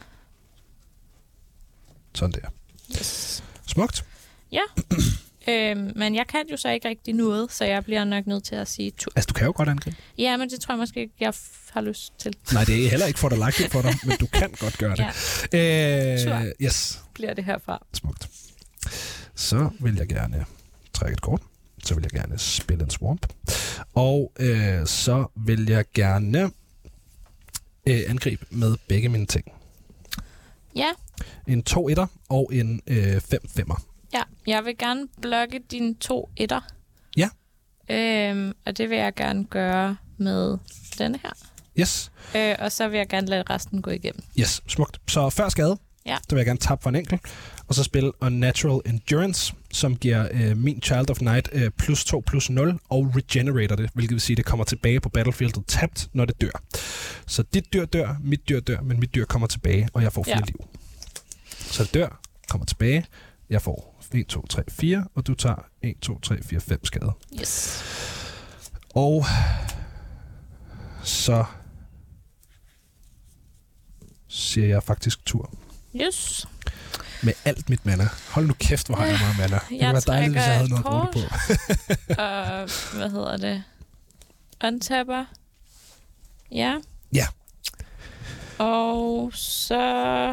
Sådan der. Yes. Smukt. Ja. øhm, men jeg kan jo så ikke rigtig noget, så jeg bliver nok nødt til at sige tur. Altså, du kan jo godt angribe. Ja, men det tror jeg måske ikke, jeg f- har lyst til. Nej, det er heller ikke for dig lagt for dig, men du kan godt gøre det. Ja. Øh, tur. Yes. Bliver det herfra. Smukt. Så vil jeg gerne trække et kort. Så vil jeg gerne spille en swamp. Og øh, så vil jeg gerne øh, angribe med begge mine ting. Ja. En to etter og en øh, fem femmer. Ja, jeg vil gerne blokke dine to etter. Ja. Øhm, og det vil jeg gerne gøre med denne her. Yes. Øh, og så vil jeg gerne lade resten gå igennem. Yes, smukt. Så før skade, ja. så vil jeg gerne tappe for en enkelt. Og så spille Unnatural Endurance, som giver øh, min Child of Night øh, plus to plus nul, og regenerator det, hvilket vil sige, at det kommer tilbage på battlefieldet tabt, når det dør. Så dit dyr dør, mit dyr dør, men mit dyr kommer tilbage, og jeg får fire ja. liv. Så det dør, kommer tilbage, jeg får en, to, tre, fire, og du tager en, to, tre, fire, fem skade. Yes. Og så siger jeg faktisk tur. Yes. Med alt mit mana. Hold nu kæft, hvor har jeg meget mana. Det jeg var dejligt, hvis jeg havde noget at bruge det på. Og hvad hedder det? Untapper. Ja. Ja. Og så...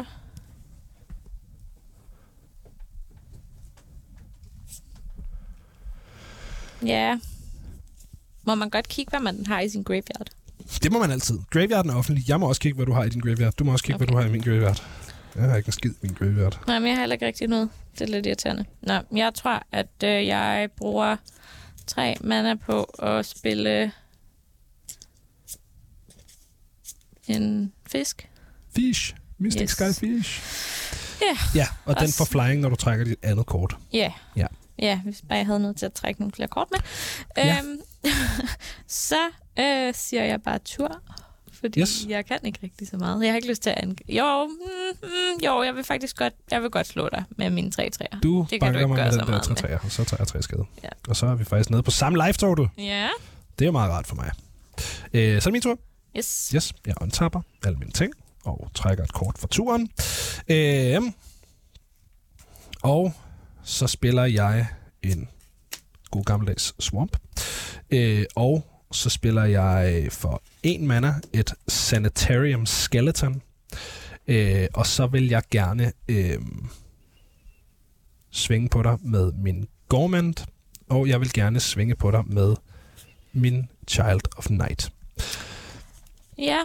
Ja. Må man godt kigge, hvad man har i sin graveyard? Det må man altid. Graveyarden er offentlig. Jeg må også kigge, hvad du har i din graveyard. Du må også kigge, okay. hvad du har i min graveyard. Jeg har ikke en skid i min graveyard. Nej, men jeg har heller ikke rigtig noget. Det er lidt irriterende. Nå, jeg tror, at øh, jeg bruger tre mana på at spille en fisk. Fish. Mystic yes. Sky Fish. Ja. Yeah. Ja, og også den får flying, når du trækker dit andet kort. Ja. Yeah. Ja. Ja, hvis bare jeg havde noget til at trække nogle flere kort med. Ja. Øhm, så øh, siger jeg bare tur, fordi yes. jeg kan ikke rigtig så meget. Jeg har ikke lyst til at angribe. Jo, mm, mm, jo, jeg vil faktisk godt, jeg vil godt slå dig med mine tre træer. Du det banker mig med den der tre træer, og så tager jeg tre skade. Ja. Og så er vi faktisk nede på samme life total. Ja. Det er jo meget rart for mig. Øh, så er det min tur. Yes. Yes, jeg untapper alle mine ting, og trækker et kort for turen. Øh, og så spiller jeg en god gammeldags swamp. Øh, og så spiller jeg for en mana et Sanitarium Skeleton. Øh, og så vil jeg gerne øh, svinge på dig med min Gormand, og jeg vil gerne svinge på dig med min Child of Night. Ja.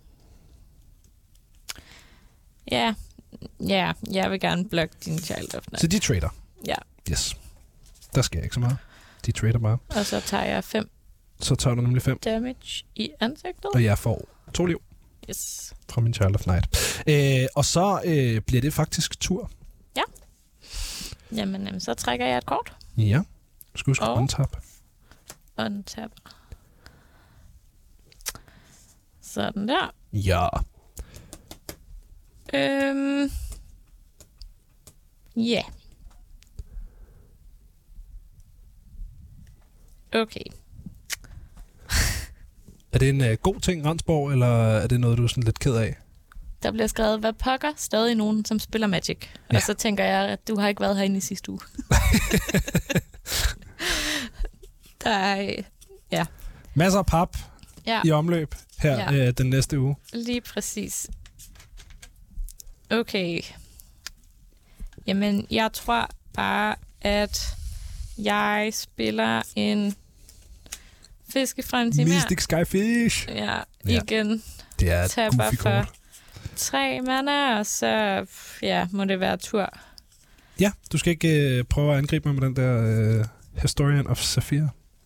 Ja. Ja, jeg vil gerne blokke din Child of Night. Så de trader? Ja. Yes. Der sker ikke så meget. De trader bare. Og så tager jeg fem Så tager du nemlig fem damage i ansigtet. Og jeg får to liv. Yes. Fra min Child of Night. Øh, og så øh, bliver det faktisk tur. Ja. Jamen, jamen, så trækker jeg et kort. Ja. Du skal huske Og- untap. Untap. Sådan der. Ja. Øhm. Ja. Yeah. Okay. Er det en øh, god ting, Ransborg, eller er det noget, du er sådan lidt ked af? Der bliver skrevet, hvad pokker, stadig nogen, som spiller Magic. Ja. Ja. Og så tænker jeg, at du har ikke været herinde i sidste uge. Der er, øh, ja, Masser af pap ja, i omløb her Ja. øh, den næste uge. lige præcis. Okay. Jamen, jeg tror bare, at jeg spiller en fiskefrenzy mere. Mystic Skyfish. Ja, Ja. igen. Det er et Taber goofy for kort. tre mana, og så ja, må det være tur. Ja, du skal ikke øh, prøve at angribe mig med den der øh, Historian of Saphir.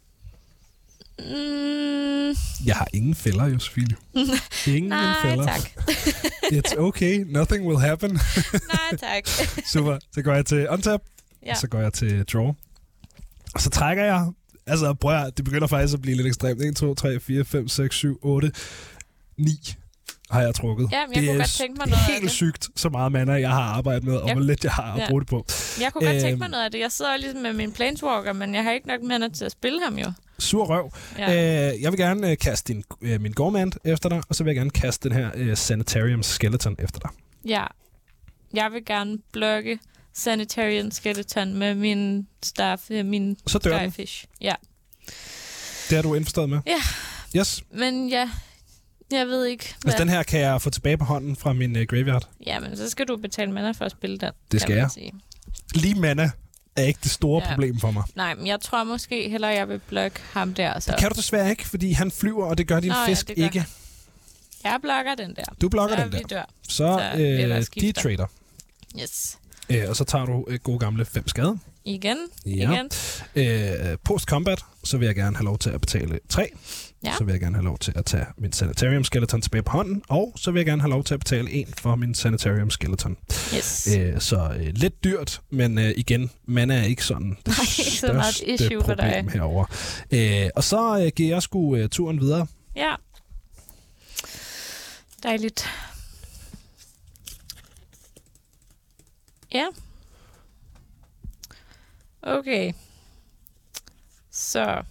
Mm, Jeg har ingen fælder, Josefine. Ingen nej, fælder. tak. It's okay. Nothing will happen. Nej, tak. Super. Så går jeg til untap. Ja. Så går jeg til draw. Og så trækker jeg. Altså, prøv at, det begynder faktisk at blive lidt ekstremt. en, to, tre, fire, fem, seks, syv, otte, ni har jeg trukket. Ja, men jeg det kunne er godt tænke mig noget af helt det. sygt, så meget mana, jeg har arbejdet med, og Jeg- hvor lidt jeg har at Ja. bruge det på. Jeg kunne godt tænke Øhm. mig noget af det. Jeg sidder ligesom med min Planeswalker, men jeg har ikke nok mana til at spille ham jo. Sur røv. Ja. Øh, jeg vil gerne øh, kaste din, øh, min Gormand efter dig, og så vil jeg gerne kaste den her øh, Sanitarium Skeleton efter dig. Ja. Jeg vil gerne blokke Sanitarian Skeleton med min staff, øh, min Så dør den. Skyfish. Ja. Det er du indforstået med? Ja. Yes. Men ja, jeg ved ikke, hvad... Altså, den her kan jeg få tilbage på hånden fra min øh, graveyard. Ja, men så skal du betale mana for at spille den. Det skal kan man jeg. sige. Lige mana er ikke det store Ja. problem for mig. Nej, men jeg tror måske hellere, jeg vil blokke ham der. Så. Det kan du desværre ikke, fordi han flyver, og det gør din Nå, ja, fisk det gør ikke. han. Jeg blokker den der. Du blokker så den der. vi dør. Så Så bliver der øh, de skifter. trader. Yes. Øh, og så tager du øh, gode gamle fem skade. Igen. Ja. Igen. Øh, Post-combat, så vil jeg gerne have lov til at betale tre. Ja. Så vil jeg gerne have lov til at tage min Sanitarium Skeleton tilbage på hånden. Og så vil jeg gerne have lov til at betale en for min Sanitarium Skeleton. Yes. Øh, så øh, lidt dyrt, men øh, igen, mana er ikke sådan det Nej, ikke så meget et største issue for dig. problem herovre. Øh, og så øh, giver jeg sgu øh, turen videre. Ja. Dejligt. Ja. Okay. Så.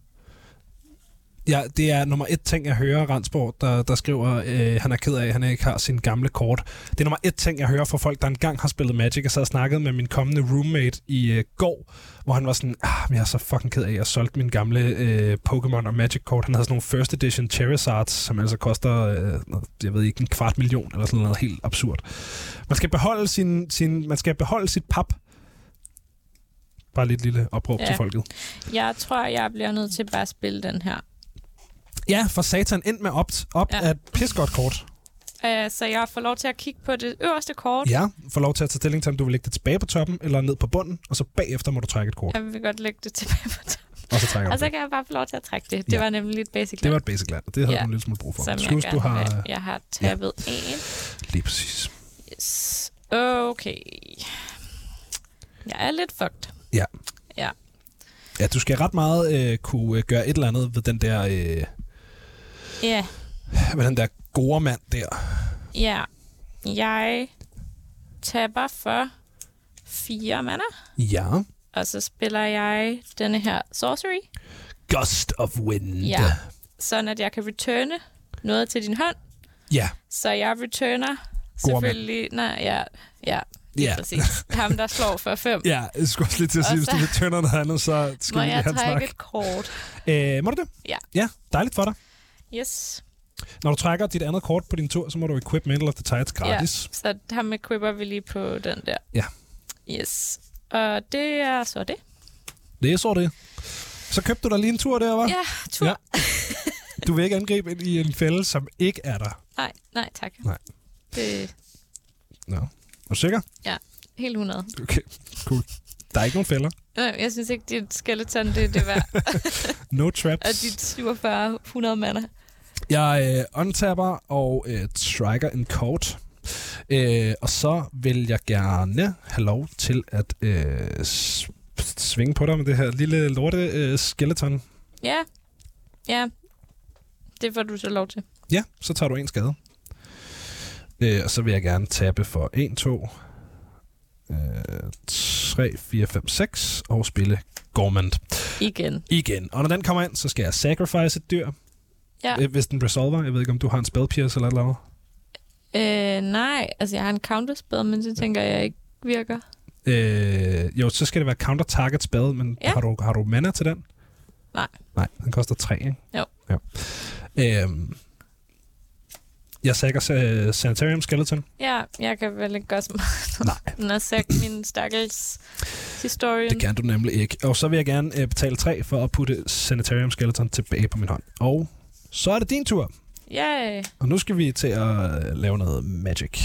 Ja, det er nummer et ting, jeg hører Ransborg, der, der skriver, øh, han er ked af, at han ikke har sin gamle kort. Det er nummer et ting, jeg hører fra folk, der engang har spillet Magic. Jeg sad og snakkede med min kommende roommate i øh, går, hvor han var sådan, ah, men jeg er så fucking ked af, at jeg solgte min gamle øh, Pokémon og Magic-kort. Han havde sådan nogle first edition Charizards, som altså koster, øh, jeg ved ikke, en kvart million, eller sådan noget helt absurd. Man skal beholde sin, sin man skal beholde sit pap. Bare lidt lille opråb Ja. til folket. Jeg tror, jeg bliver nødt til bare at spille den her. Ja, for satan, ind med opt. Op Ja. er et pissegodt kort. Uh, så jeg får lov til at kigge på det øverste kort. Ja, få lov til at tage stilling til, om du vil lægge det tilbage på toppen, eller ned på bunden, og så bagefter må du trække et kort. Jeg vil godt lægge det tilbage på toppen. Og så trækker Og du så det. kan jeg bare få lov til at trække det. Det Ja. var nemlig lidt basic. Det var et basic land, og det havde Ja. du en lille smule brug for. som Skal jeg huske, gerne du har... vil. Jeg har tabet ja. en. Lige præcis. Yes. Okay. Jeg er lidt fucked. Ja. Ja. Ja, du skal ret meget øh, kunne øh, gøre et eller andet ved den der... Øh, Ja. ved den der gode mand der. Ja. Jeg taber for fire mana, Ja. og så spiller jeg denne her Sorcery. Gust of Wind. Ja. Sådan at jeg kan returne noget til din hånd. Ja. Så jeg returner selvfølgelig... Nej, ja, ja. Lige Ja. præcis. Ham, der slår for fem. Ja, jeg skulle også lige til at Og sige, hvis så- du vil tønder noget andet, så skal Må vi lige jeg have en snak. trække et kort? Øh, må du det? Ja. Ja, dejligt for dig. Yes. Når du trækker dit andet kort på din tur, så må du equip Mantle of the Tides gratis. Ja, så ham equipper vi lige på den der. Ja. Yes. Og det er så det. Det er så det. Så købte du dig lige en tur der, hva'? Ja, tur. Ja. Du vil ikke angribe ind i en fælde, som ikke er der. Nej, nej tak. Nej. Det Nå. Er du sikker? er helt hundrede. Okay, cool. Der er ikke nogen fælder. Nej, jeg synes ikke, dit skeleton det er det værd. No traps. Og dit syvogfyrre hundrede mana. Jeg øh, untapper og øh, striker en kort. Øh, og så vil jeg gerne have lov til at øh, s- svinge på dig med det her lille lorte øh, skeleton. Ja. Ja. Det får du så lov til. Ja, så tager du en skade. Øh, og så vil jeg gerne tappe for en, to, tre, fire, fem, seks og spille Gormand Igen. igen. Og når den kommer ind, så skal jeg sacrifice et dyr. Ja. Øh, Hvis den resolver. Jeg ved ikke, om du har en spell pierce eller noget. Øh, nej, altså jeg har en counterspell, men det tænker jeg ikke virker. Øh, jo, så skal det være counter target spell, men Ja. har, du, har du mana til den? Nej. Nej, den koster tre, ikke? Jo. Ja. Øhm, jeg sækker uh, Sanitarium Skeleton. Ja, jeg kan vel ikke gøre så meget. Nej. Den har sagt min stakkels historien. Det kan du nemlig ikke. Og så vil jeg gerne uh, betale tre for at putte Sanitarium Skeleton tilbage på min hånd. Og så er det din tur. Ja, Og nu skal vi til at uh, lave noget magic.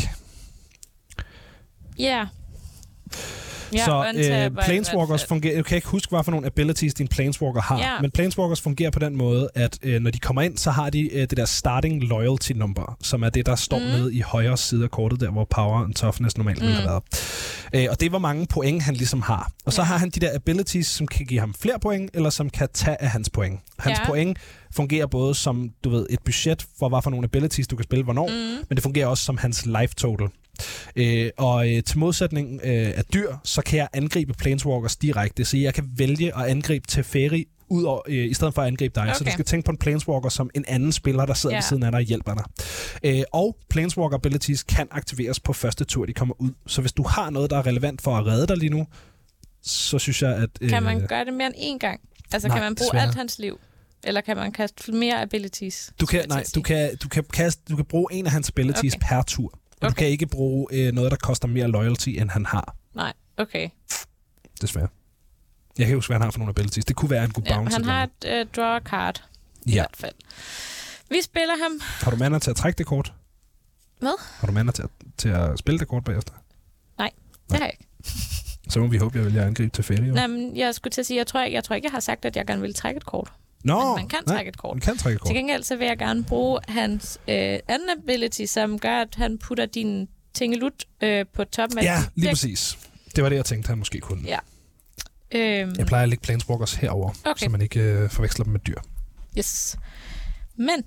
ja. Ja, så undtaber i øh, hvert Planeswalkers fald. fungerer... Jeg kan ikke huske, hvad for nogle abilities din Planeswalker har. Ja. Men Planeswalkers fungerer på den måde, at øh, når de kommer ind, så har de øh, det der starting loyalty number, som er det, der står mm. nede i højre side af kortet, der hvor power and toughness normalt mm. ville have været. Øh, og det er, hvor mange point han ligesom har. Og så Ja. har han de der abilities, som kan give ham flere point, eller som kan tage af hans point. Hans Ja. point fungerer både som, du ved, et budget for, hvad for nogle abilities, du kan spille hvornår, mm. men det fungerer også som hans life total. Øh, og øh, til modsætning øh, af dyr, så kan jeg angribe Planeswalkers direkte, så jeg kan vælge at angribe Teferi ud over, øh, i stedet for at angribe dig. Okay. Så du Okay. skal tænke på en Planeswalker som en anden spiller, der sidder Ja. ved siden af dig og hjælper dig. Øh, og Planeswalker abilities kan aktiveres på første tur, de kommer ud. Så hvis du har noget, der er relevant for at redde dig lige nu, så synes jeg, at... Øh, Kan man gøre det mere end én gang? Altså, nej, kan man bruge desværre. alt hans liv? Eller kan man kaste flere abilities? du skulle kan, jeg til nej, at du sige. kan, du kan, kaste, du kan bruge en af hans abilities Okay. per tur. Og du Okay. kan ikke bruge øh, noget, der koster mere loyalty, end han har. Nej, okay. Desværre. Jeg kan ikke huske, hvad han har for nogle abilities. Det kunne være, at han kunne Ja, bounce. han eller har noget. et uh, draw a card, i Ja. hvert fald. Vi spiller ham. Har du mana til at trække det kort? Hvad? Har du mana til at, til at spille det kort bagefter? Nej, det har jeg ikke. Så må vi håbe, jeg vælger at angribe til ferie. Nej, men jeg skulle til at sige, jeg tror ikke, jeg, tror ikke, jeg har sagt, at jeg gerne vil trække et kort. Nå, Men man kan nej, trække et kort. Man kan trække et kort. Til gengæld så vil jeg gerne bruge hans øh, anden ability, som gør, at han putter din tingelut øh, på toppen af Ja, dit lige dæk. præcis. Det var det, jeg tænkte, han måske kunne. Ja. Øhm, Jeg plejer at lægge Planeswalkers herover, Okay. så man ikke øh, forveksler dem med dyr. Yes. Men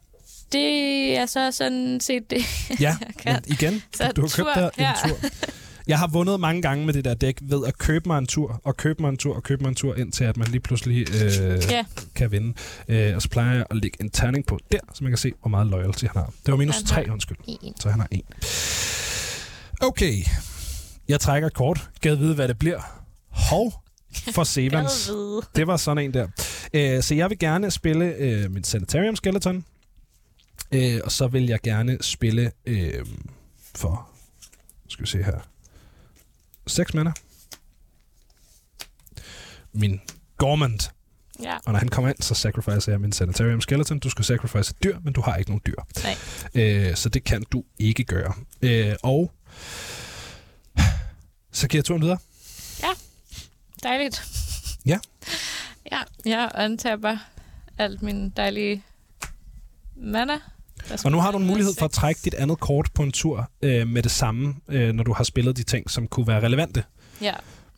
det er så sådan set det, Ja, jeg kan. men igen, Så du har købt tur dig en her. tur. Jeg har vundet mange gange med det der dæk ved at købe mig en tur, og købe mig en tur, og købe mig en tur, indtil at man lige pludselig øh, Ja. kan vinde. Øh, og så plejer jeg at lægge en terning på der, så man kan se, hvor meget loyalty han har. Det var minus Han tre, har undskyld. en. Så han har en. Okay. Jeg trækker et kort. Gad vide, hvad det bliver. Hov for Sevens. Gad vide. Det var sådan en der. Øh, så jeg vil gerne spille øh, min Sanitarium Skeleton. Øh, og så vil jeg gerne spille øh, for... Skal vi se her. seks mana. Min Gormand. Ja, Og når han kommer ind, så sacrificer jeg min Sanitarium Skeleton. Du skal sacrifice et dyr, men du har ikke nogen dyr. nej. Øh, så det kan du ikke gøre. Øh, og så giver jeg turen videre. Dejligt. Ja. Ja, jeg untapper alt min dejlige mana. Og nu har du en mulighed for at trække dit andet kort på en tur øh, med det samme, øh, når du har spillet de ting, som kunne være relevante. Ja.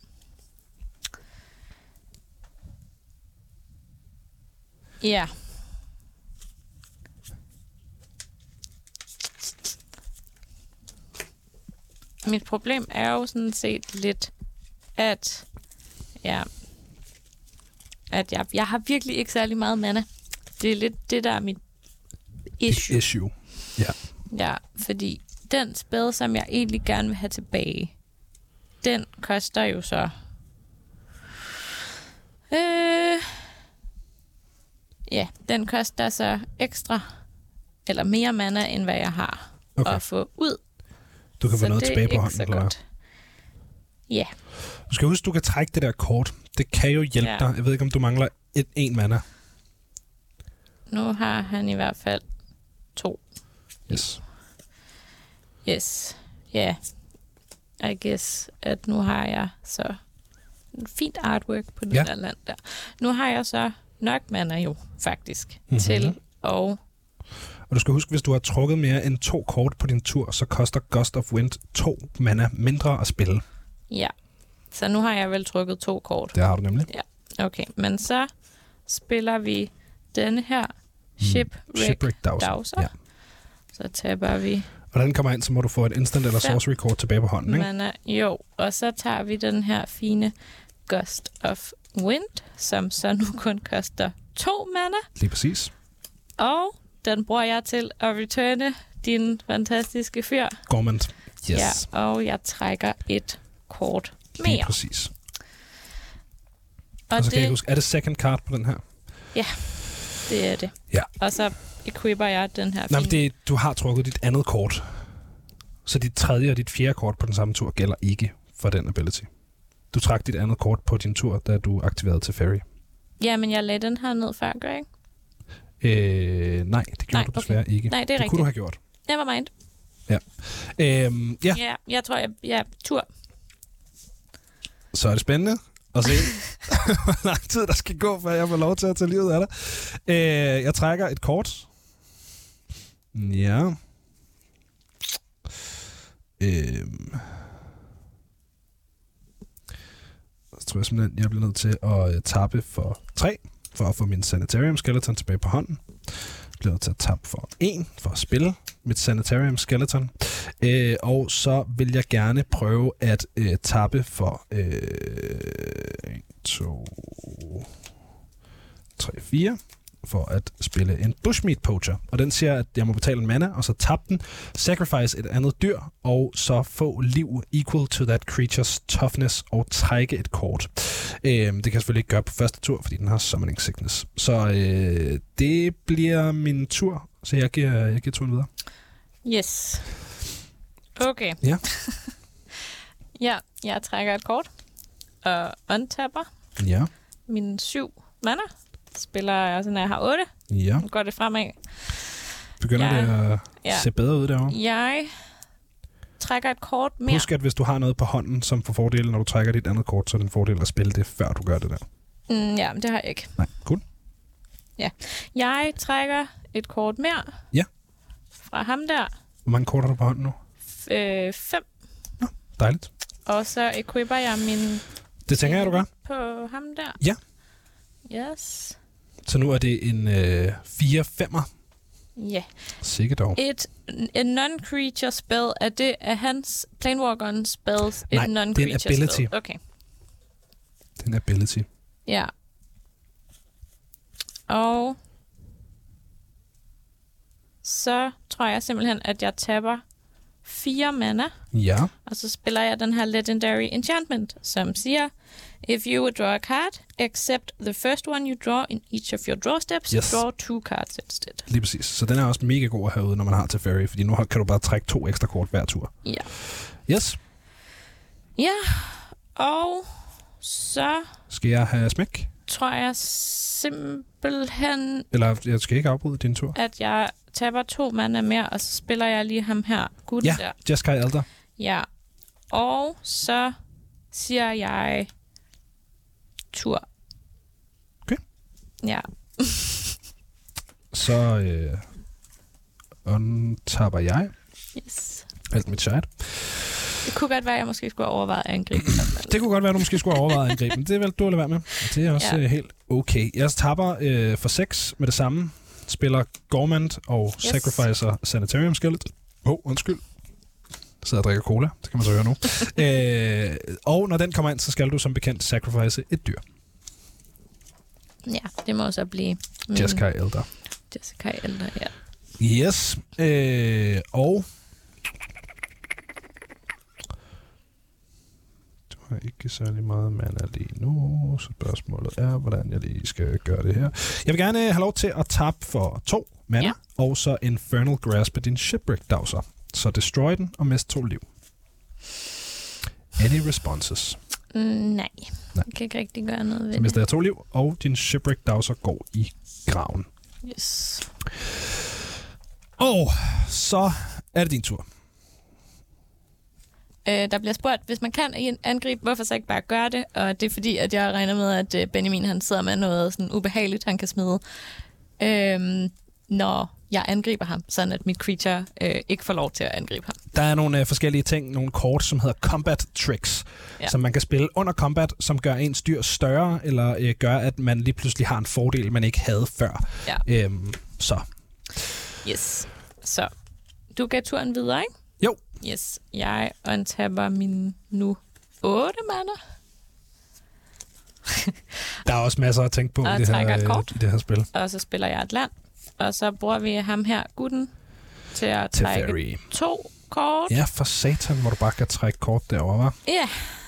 Ja. Mit problem er jo sådan set lidt, at ja, at jeg, jeg har virkelig ikke særlig meget mana. Det er lidt det, der er mit issue. Issue. Ja. Ja, fordi den spil, som jeg egentlig gerne vil have tilbage, den koster jo så... Øh, ja, den koster så ekstra, eller mere mana, end hvad jeg har Okay. at få ud. Du kan få Så noget det er tilbage på ikke hånden, så eller hvad? godt. Ja, Du skal huske, du kan trække det der kort. Det kan jo hjælpe Ja. dig. Jeg ved ikke, om du mangler et, en mana. nu har han i hvert fald to. Yes. Yes. Ja, yeah. I guess, at nu har jeg så en fint artwork på det Ja. der land der. Nu har jeg så nok mana jo, faktisk, Mhm. til at... Og du skal huske, hvis du har trukket mere end to kort på din tur, så koster Gust of Wind to mana mindre at spille. Ja, så nu har jeg vel trykket to kort. Det har du nemlig. Okay, men så spiller vi denne her Shipwreck, Shipwreck Dowser. Dowser. Ja. Så taber vi Og når den kommer ind, så må du få et instant eller Fem. sorcery kort tilbage på hånden, ikke? mana. Jo, og så tager vi den her fine Gust of Wind, som så nu kun koster to mana. Lige præcis. Og den bruger jeg til at returne din fantastiske fyr. Gormand. Yes. Ja, og jeg trækker et kort Lige mere. præcis. Og Og så kan det, jeg huske, er det second card på den her? det er det. Ja. Og så equipper jeg den her Nej, fine. men det, du har trukket dit andet kort. Så dit tredje og dit fjerde kort på den samme tur gælder ikke for den ability. Du trak dit andet kort på din tur, da du aktiverede til Fairy. Ja, men jeg lagde den her ned før, gør jeg ikke? Øh, nej, det gjorde Nej, du desværre ikke. Nej, det er det rigtigt. kunne du have gjort. Never mind. Øhm, ja, Ja, jeg tror, jeg... Ja, tur. så er det spændende at se, hvor lang tid der skal gå, før jeg får lov til at tage livet af dig. Øh, jeg trækker et kort. Ja. Øhm. Så tror jeg simpelthen, jeg bliver nødt til at øh, tappe for tre, for at få min Sanitarium Skeleton tilbage på hånden. Jeg bliver nødt til at tappe for en, for at spille mit Sanitarium Skeleton. Øh, og så vil jeg gerne prøve at øh, tappe for øh, en, to, tre, fire, for at spille en Bushmeat Poacher. Og den siger, at jeg må betale en mana, og så tappe den, sacrifice et andet dyr, og så få liv equal to that creature's toughness, og trække et kort. Øh, det kan jeg selvfølgelig ikke gøre på første tur, fordi den har Summoning Sickness. Så øh, det bliver min tur, så jeg giver, jeg giver turen videre. Yes. Okay. Ja. Ja, jeg trækker et kort og untapper Ja, mine syv mana. Spiller jeg, så når jeg har otte. ja. Nu går det fremad. Begynder Ja. det at Ja. se bedre ud derovre? Jeg trækker et kort mere. Husk, at hvis du har noget på hånden, som får fordel, når du trækker dit andet kort, så er det en fordel at spille det, før du gør det der. Mm, ja, men det har jeg ikke. Nej, cool. Jeg trækker et kort mere. Ja. Fra ham der. Hvor mange kort har du på hånden nu? F- øh, fem. Dejligt. Og så equipper jeg min Det tænker jeg, du gør. på ham der. Ja. Yes. Så nu er det en øh, fire femmer. Ja. Sikke dog. Et en non-creature spell, er det af hans Planewalker spells Nej, et det er en non-creature ability. spell? Okay. Det er en ability. Ja. Og så tror jeg simpelthen, at jeg tapper fire mana, Ja. og så spiller jeg den her Legendary Enchantment, som siger, if you would draw a card, except the first one you draw in each of your draw steps, Yes. draw two cards instead. Lige præcis. Så den er også mega god at have ude, når man har til Fairy, fordi nu har- kan du bare trække to ekstra kort hver tur. Ja. Yes. Ja, og så Skal jeg have smæk? tror jeg simpelthen, Eller jeg skal ikke afbryde din tur? at jeg tapper to mana mere, og så spiller jeg lige ham her, gutten Ja, der. Jeskai Elder. Ja, og så siger jeg tur. Okay. Ja, Så øh, untapper jeg yes. alt mit shite. Det kunne godt være, at jeg måske skulle have overvejet at angribe. Det kunne godt være, at du måske skulle have overvejet angribe, men det er vel du at lade være med. Det er også Ja. ja. helt okay. Jeg tapper øh, for seks med det samme. Spiller Gormand og Yes. sacrificer Sanitarium Skeleton. Åh, oh, undskyld. Jeg sidder og drikker cola. Det kan man så høre nu. øh, og når den kommer ind, så skal du som bekendt sacrifice et dyr. Ja, det må så blive min Jeskai Elder. Jessica Elder, ja. Yes. Øh, og har ikke særlig meget mana lige nu, så spørgsmålet er, hvordan jeg lige skal gøre det her. Jeg vil gerne have lov til at tabe for to mana, ja. Og så Infernal Grasp af din Shipwreck Dowser. Så destroy den og mist to liv. Any responses? Mm, nej. nej, jeg kan ikke rigtig gøre noget ved så mister jeg to liv, og din Shipwreck Dowser går i graven. Yes. Og så er det din tur. Øh, der bliver spurgt, hvis man kan angribe, hvorfor så ikke bare gøre det? Og det er fordi, at jeg regner med, at øh, Benjamin han sidder med noget sådan ubehageligt, han kan smide, øh, når jeg angriber ham, sådan at mit creature øh, ikke får lov til at angribe ham. Der er nogle øh, forskellige ting, nogle kort, som hedder Combat Tricks, ja. Som man kan spille under combat, som gør ens dyr større, eller øh, gør, at man lige pludselig har en fordel, man ikke havde før. Ja. Øhm, så. Yes. Så du gav turen videre, ikke? Jo. Yes. Jeg untapper min nu otte mana. Der er også masser at tænke på i det, her, øh, i det her spil. Og så spiller jeg et land. Og så bruger vi ham her, gutten, til at til trække fairy. to kort. Ja, for satan, hvor du bare kan trække kort derovre, hva'? Ja.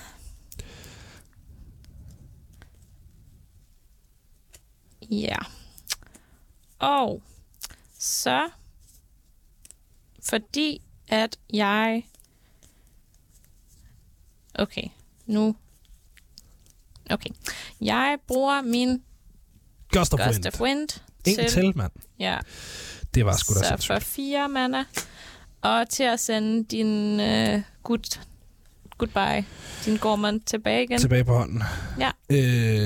Ja. Og så, fordi at jeg... Okay, nu... Okay. Jeg bruger min Gust of Gust Wind. of Wind En til, til, mand. Ja. Det var sgu da så sindssygt. for fire mana. Og til at sende din uh, good, goodbye, din Gormand tilbage igen. Tilbage på hånden. Ja. Øh...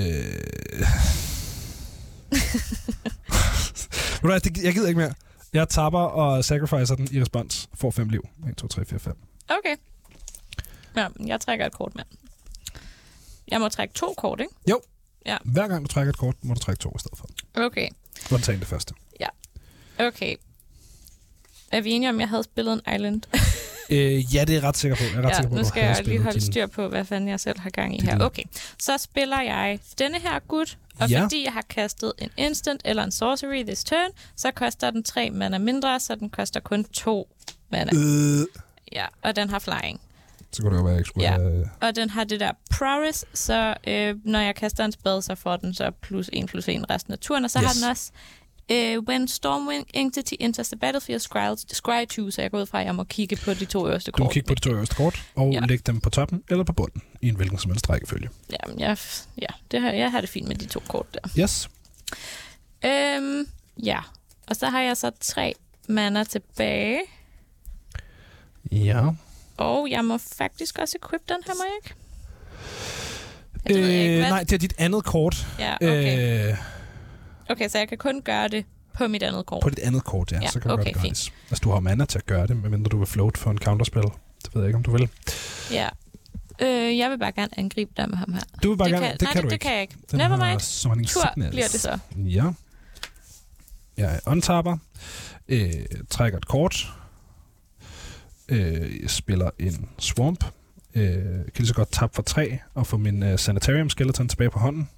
jeg gider ikke mere. Jeg tapper og sacrificer den i respons. Får fem liv. en, to, tre, fire, fem. Okay. Ja, jeg trækker et kort med. Jeg må trække to kort, ikke? Jo. Ja. Hver gang du trækker et kort, må du trække to i stedet for. Okay. Undtagen det første. Ja. Okay. Er vi enige om, jeg havde spillet en island? øh, ja, det er jeg ret sikker på. Jeg er ret ja, sikker på, nu skal jeg lige holde din... styr på, hvad fanden jeg selv har gang i her. Okay, så spiller jeg denne her gut, og ja. fordi jeg har kastet en instant eller en sorcery this turn, så koster den tre mana mindre, så den koster kun to mana. Øh. Ja, og den har flying. Så kunne det jo være, at jeg ikke skulle ja. have... Og den har det der prowess, så øh, når jeg kaster en spell, så får den så plus en plus en resten af turen, og så yes. har den også Uh, when Stormwind entity enters the battlefield, scry, scry two, så jeg går ud fra, at jeg må kigge på de to øverste kort. Du må kigge på de to øverste kort, og ja. lægge dem på toppen eller på bunden, i en hvilken som helst rækkefølge. Jamen, jeg, ja, det her, jeg har det fint med de to kort der. Yes. Øhm, ja, og så har jeg så tre mana tilbage. Ja. Og jeg må faktisk også equip den her, må jeg ikke? Jeg øh, ikke, ikke nej, det er dit andet kort. Ja, okay. Øh, okay, så jeg kan kun gøre det på mit andet kort. På dit andet kort, ja. ja så kan du okay, gøre det gratis. Altså, du har mana til at gøre det, medmindre du vil float for en counterspell. Det ved jeg ikke, om du vil. Ja. Øh, jeg vil bare gerne angribe dig med ham her. Du vil bare det gerne... Kan, det nej, kan det, du det ikke. kan jeg ikke. Den Never mind. Tur Signals. Bliver det så. Ja. Jeg untapper. Øh, trækker et kort. Øh, jeg spiller en swamp. Øh, kan lige så godt tabe for tre og få min uh, Sanitarium Skeleton tilbage på hånden.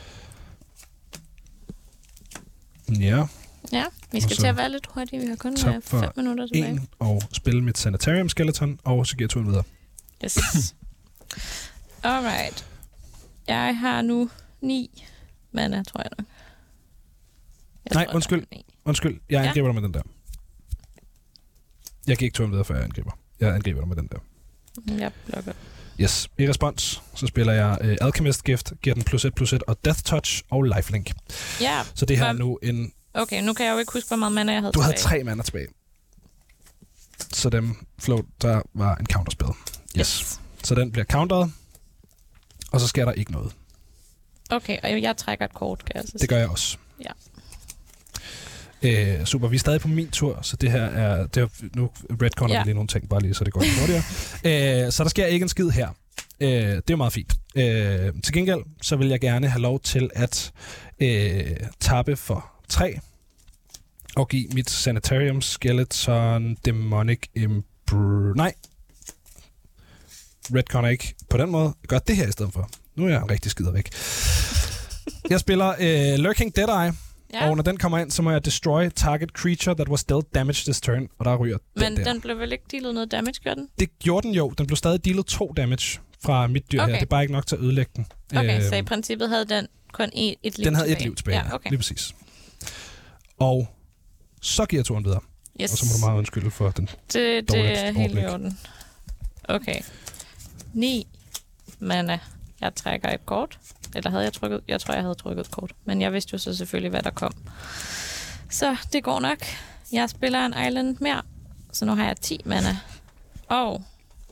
Ja. Ja, vi skal til at være lidt hurtige. Vi har kun fem minutter tilbage. En, og spille mit Sanitarium Skeleton, og så giver jeg turen videre. Yes. Alright. Jeg har nu ni mana, tror jeg nok. Jeg Nej, tror, undskyld. Undskyld, jeg angriber ja. dig med den der. Jeg kan ikke turen videre, før jeg angriber. Jeg angriber dig med den der. Jeg blokker. Yes. I respons, så spiller jeg uh, Alchemist Gift, giver den plus et, plus et, og Death Touch og Lifelink. Ja. Så det her er nu en... Okay, nu kan jeg jo ikke huske, hvor meget mana jeg havde Du tilbage. havde tre mana tilbage. Så dem float, der var en counterspil. Yes. yes. Så den bliver counteret, og så sker der ikke noget. Okay, og jeg trækker et kort, kan jeg så sige. Det gør jeg også. Ja. Øh, super, vi er stadig på min tur, så det her er... Det er nu retconner ja. lige nogle ting, bare lige, så det går lidt hurtigere. øh, så der sker ikke en skid her. Øh, det er jo meget fint. Øh, til gengæld, så vil jeg gerne have lov til at øh, tappe for tre og give mit Sanitarium Skeleton Demonic Improve... Nej. Retconner ikke på den måde. Gør det her i stedet for. Nu er jeg en rigtig skider væk. Jeg spiller øh, Lurking Deadeye. Ja. Og når den kommer ind, så må jeg destroy target creature that was dealt damage this turn. Og der ryger Men den der. den blev vel ikke dealet noget damage, gør den? Det gjorde den jo. Den blev stadig dealet to damage fra mit dyr Okay. her. Det er bare ikke nok til at ødelægge den. Okay, Øhm, så i princippet havde den kun et, et liv Den havde tilbage. et liv tilbage, Ja, okay. lige præcis. Og så giver jeg turen videre. Yes. Og så må du meget undskylde for den. Det, dårligt det er helt i overblik. orden. Okay. ni mana. Jeg trækker et kort. Eller havde jeg trykket? Jeg tror, jeg havde trykket et kort. Men jeg vidste jo så selvfølgelig, hvad der kom. Så det går nok. Jeg spiller en island mere. Så nu har jeg ti mana. Og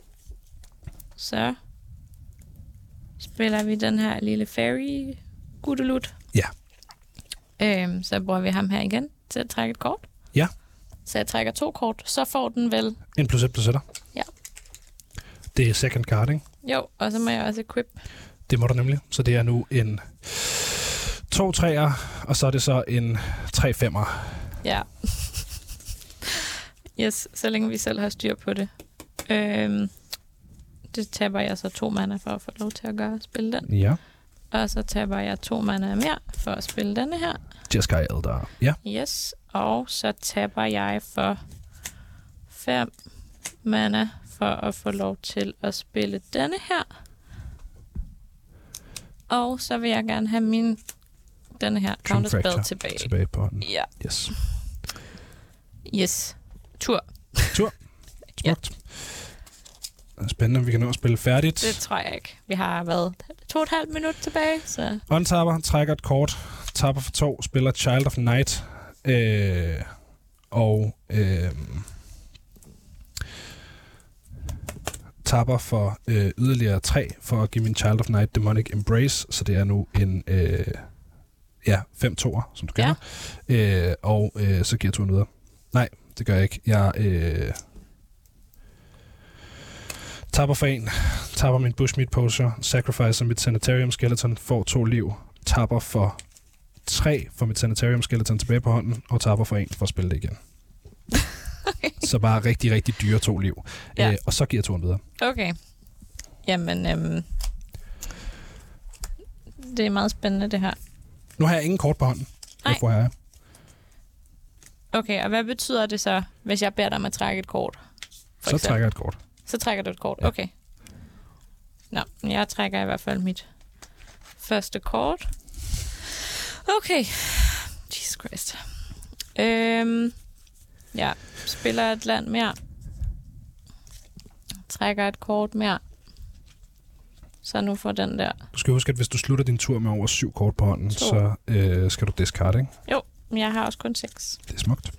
så spiller vi den her lille fairy gudelut. Ja. Øhm, så bruger vi ham her igen til at trække et kort. Ja. Så jeg trækker to kort. Så får den vel... En plus et plus etter. Ja. Det er second card, ikke? Jo, og så må jeg også equip. Det må du nemlig. Så det er nu en to træer, og så er det så en tre femmer. Ja. Yes, så længe vi selv har styr på det. Øhm, det taber jeg så to mana for at få lov til at gøre spille den. Ja. Og så taber jeg to mana mere for at spille denne her. Jeskai Eldar. Ja. Yes, og så taber jeg for fem mana for at få lov til at spille denne her. Og så vil jeg gerne have min denne her counterspell tilbage. tilbage på hånden. Ja. Yes. Yes. Tur. Tur. Smukt. Spændende, om vi kan nå at spille færdigt. Det tror jeg ikke. Vi har været to og et halvt minut tilbage, så... Untapper, trækker et kort, tapper for to, spiller Child of Night, øh, og øh, tapper for øh, yderligere tre, for at give min Child of Night Demonic Embrace, så det er nu en øh, ja, fem toer, som du kender. Ja. Øh, og øh, så giver jeg turen videre. Nej, det gør jeg ikke. Jeg øh, tapper for en, tapper min Bushmeat Potion, sacrificer mit Sanitarium Skeleton, får to liv, tapper for tre for mit Sanitarium Skeleton tilbage på hånden, og tapper for en for at spille det igen. Okay. Så bare rigtig, rigtig dyre to liv. Ja. Øh, og så giver jeg turen videre. Okay. Jamen, øhm, det er meget spændende, det her. Nu har jeg ingen kort på hånden. Nej. Hvorfor har jeg? Okay, og hvad betyder det så, hvis jeg beder dig om at trække et kort? For Så eksempel? trækker jeg et kort. Så trækker du et kort, Ja. okay. Nå, jeg trækker i hvert fald mit første kort. Okay. Jesus Christ. Øhm, ja, spiller et land mere. Trækker et kort mere. Så nu får den der. Du skal huske, at hvis du slutter din tur med over syv kort på hånden, To. så øh, skal du discard, ikke? Jo, men jeg har også kun seks. Det er smukt.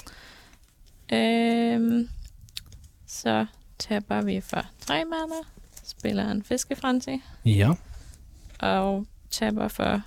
Øhm, så taber vi for tre mana. Spiller en fiskefrenzy. Ja. Og taber for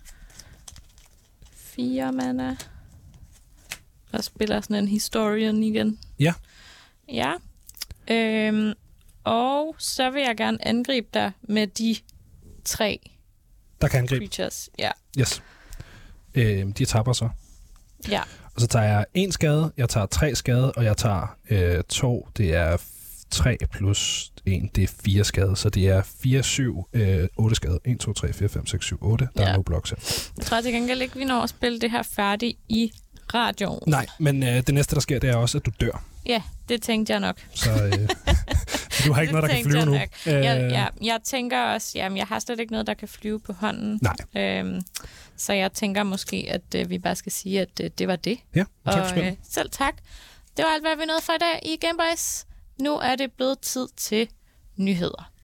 fire mana. Og spiller sådan en historian igen. Ja. Ja. Øhm, og så vil jeg gerne angribe dig med de tre Der kan angribe. creatures. Ja. Yes. Øh, de tapper så. Ja. Og så tager jeg en skade, jeg tager tre skade, og jeg tager øh, to. Det er tre plus en, det er fire skade. Så det er fire, syv, øh, otte skade. en, to, tre, fire, fem, seks, syv, otte. Der Ja. er no blocks her. Jeg tror til gengæld ikke, vi når at spille det her færdigt i radioen. Nej, men øh, det næste, der sker, det er også, at du dør. Ja, det tænkte jeg nok. Så øh, du har ikke noget, der kan tænkte flyve jeg nu. nok. Jeg, jeg, jeg tænker også, jamen jeg har slet ikke noget, der kan flyve på hånden. Nej. Øhm, så jeg tænker måske, at øh, vi bare skal sige, at øh, det var det. Ja, og tak for Og spillet. øh, selv tak. Det var alt, hvad vi nåede for i dag i Gameboys. Nu er det blevet tid til nyheder.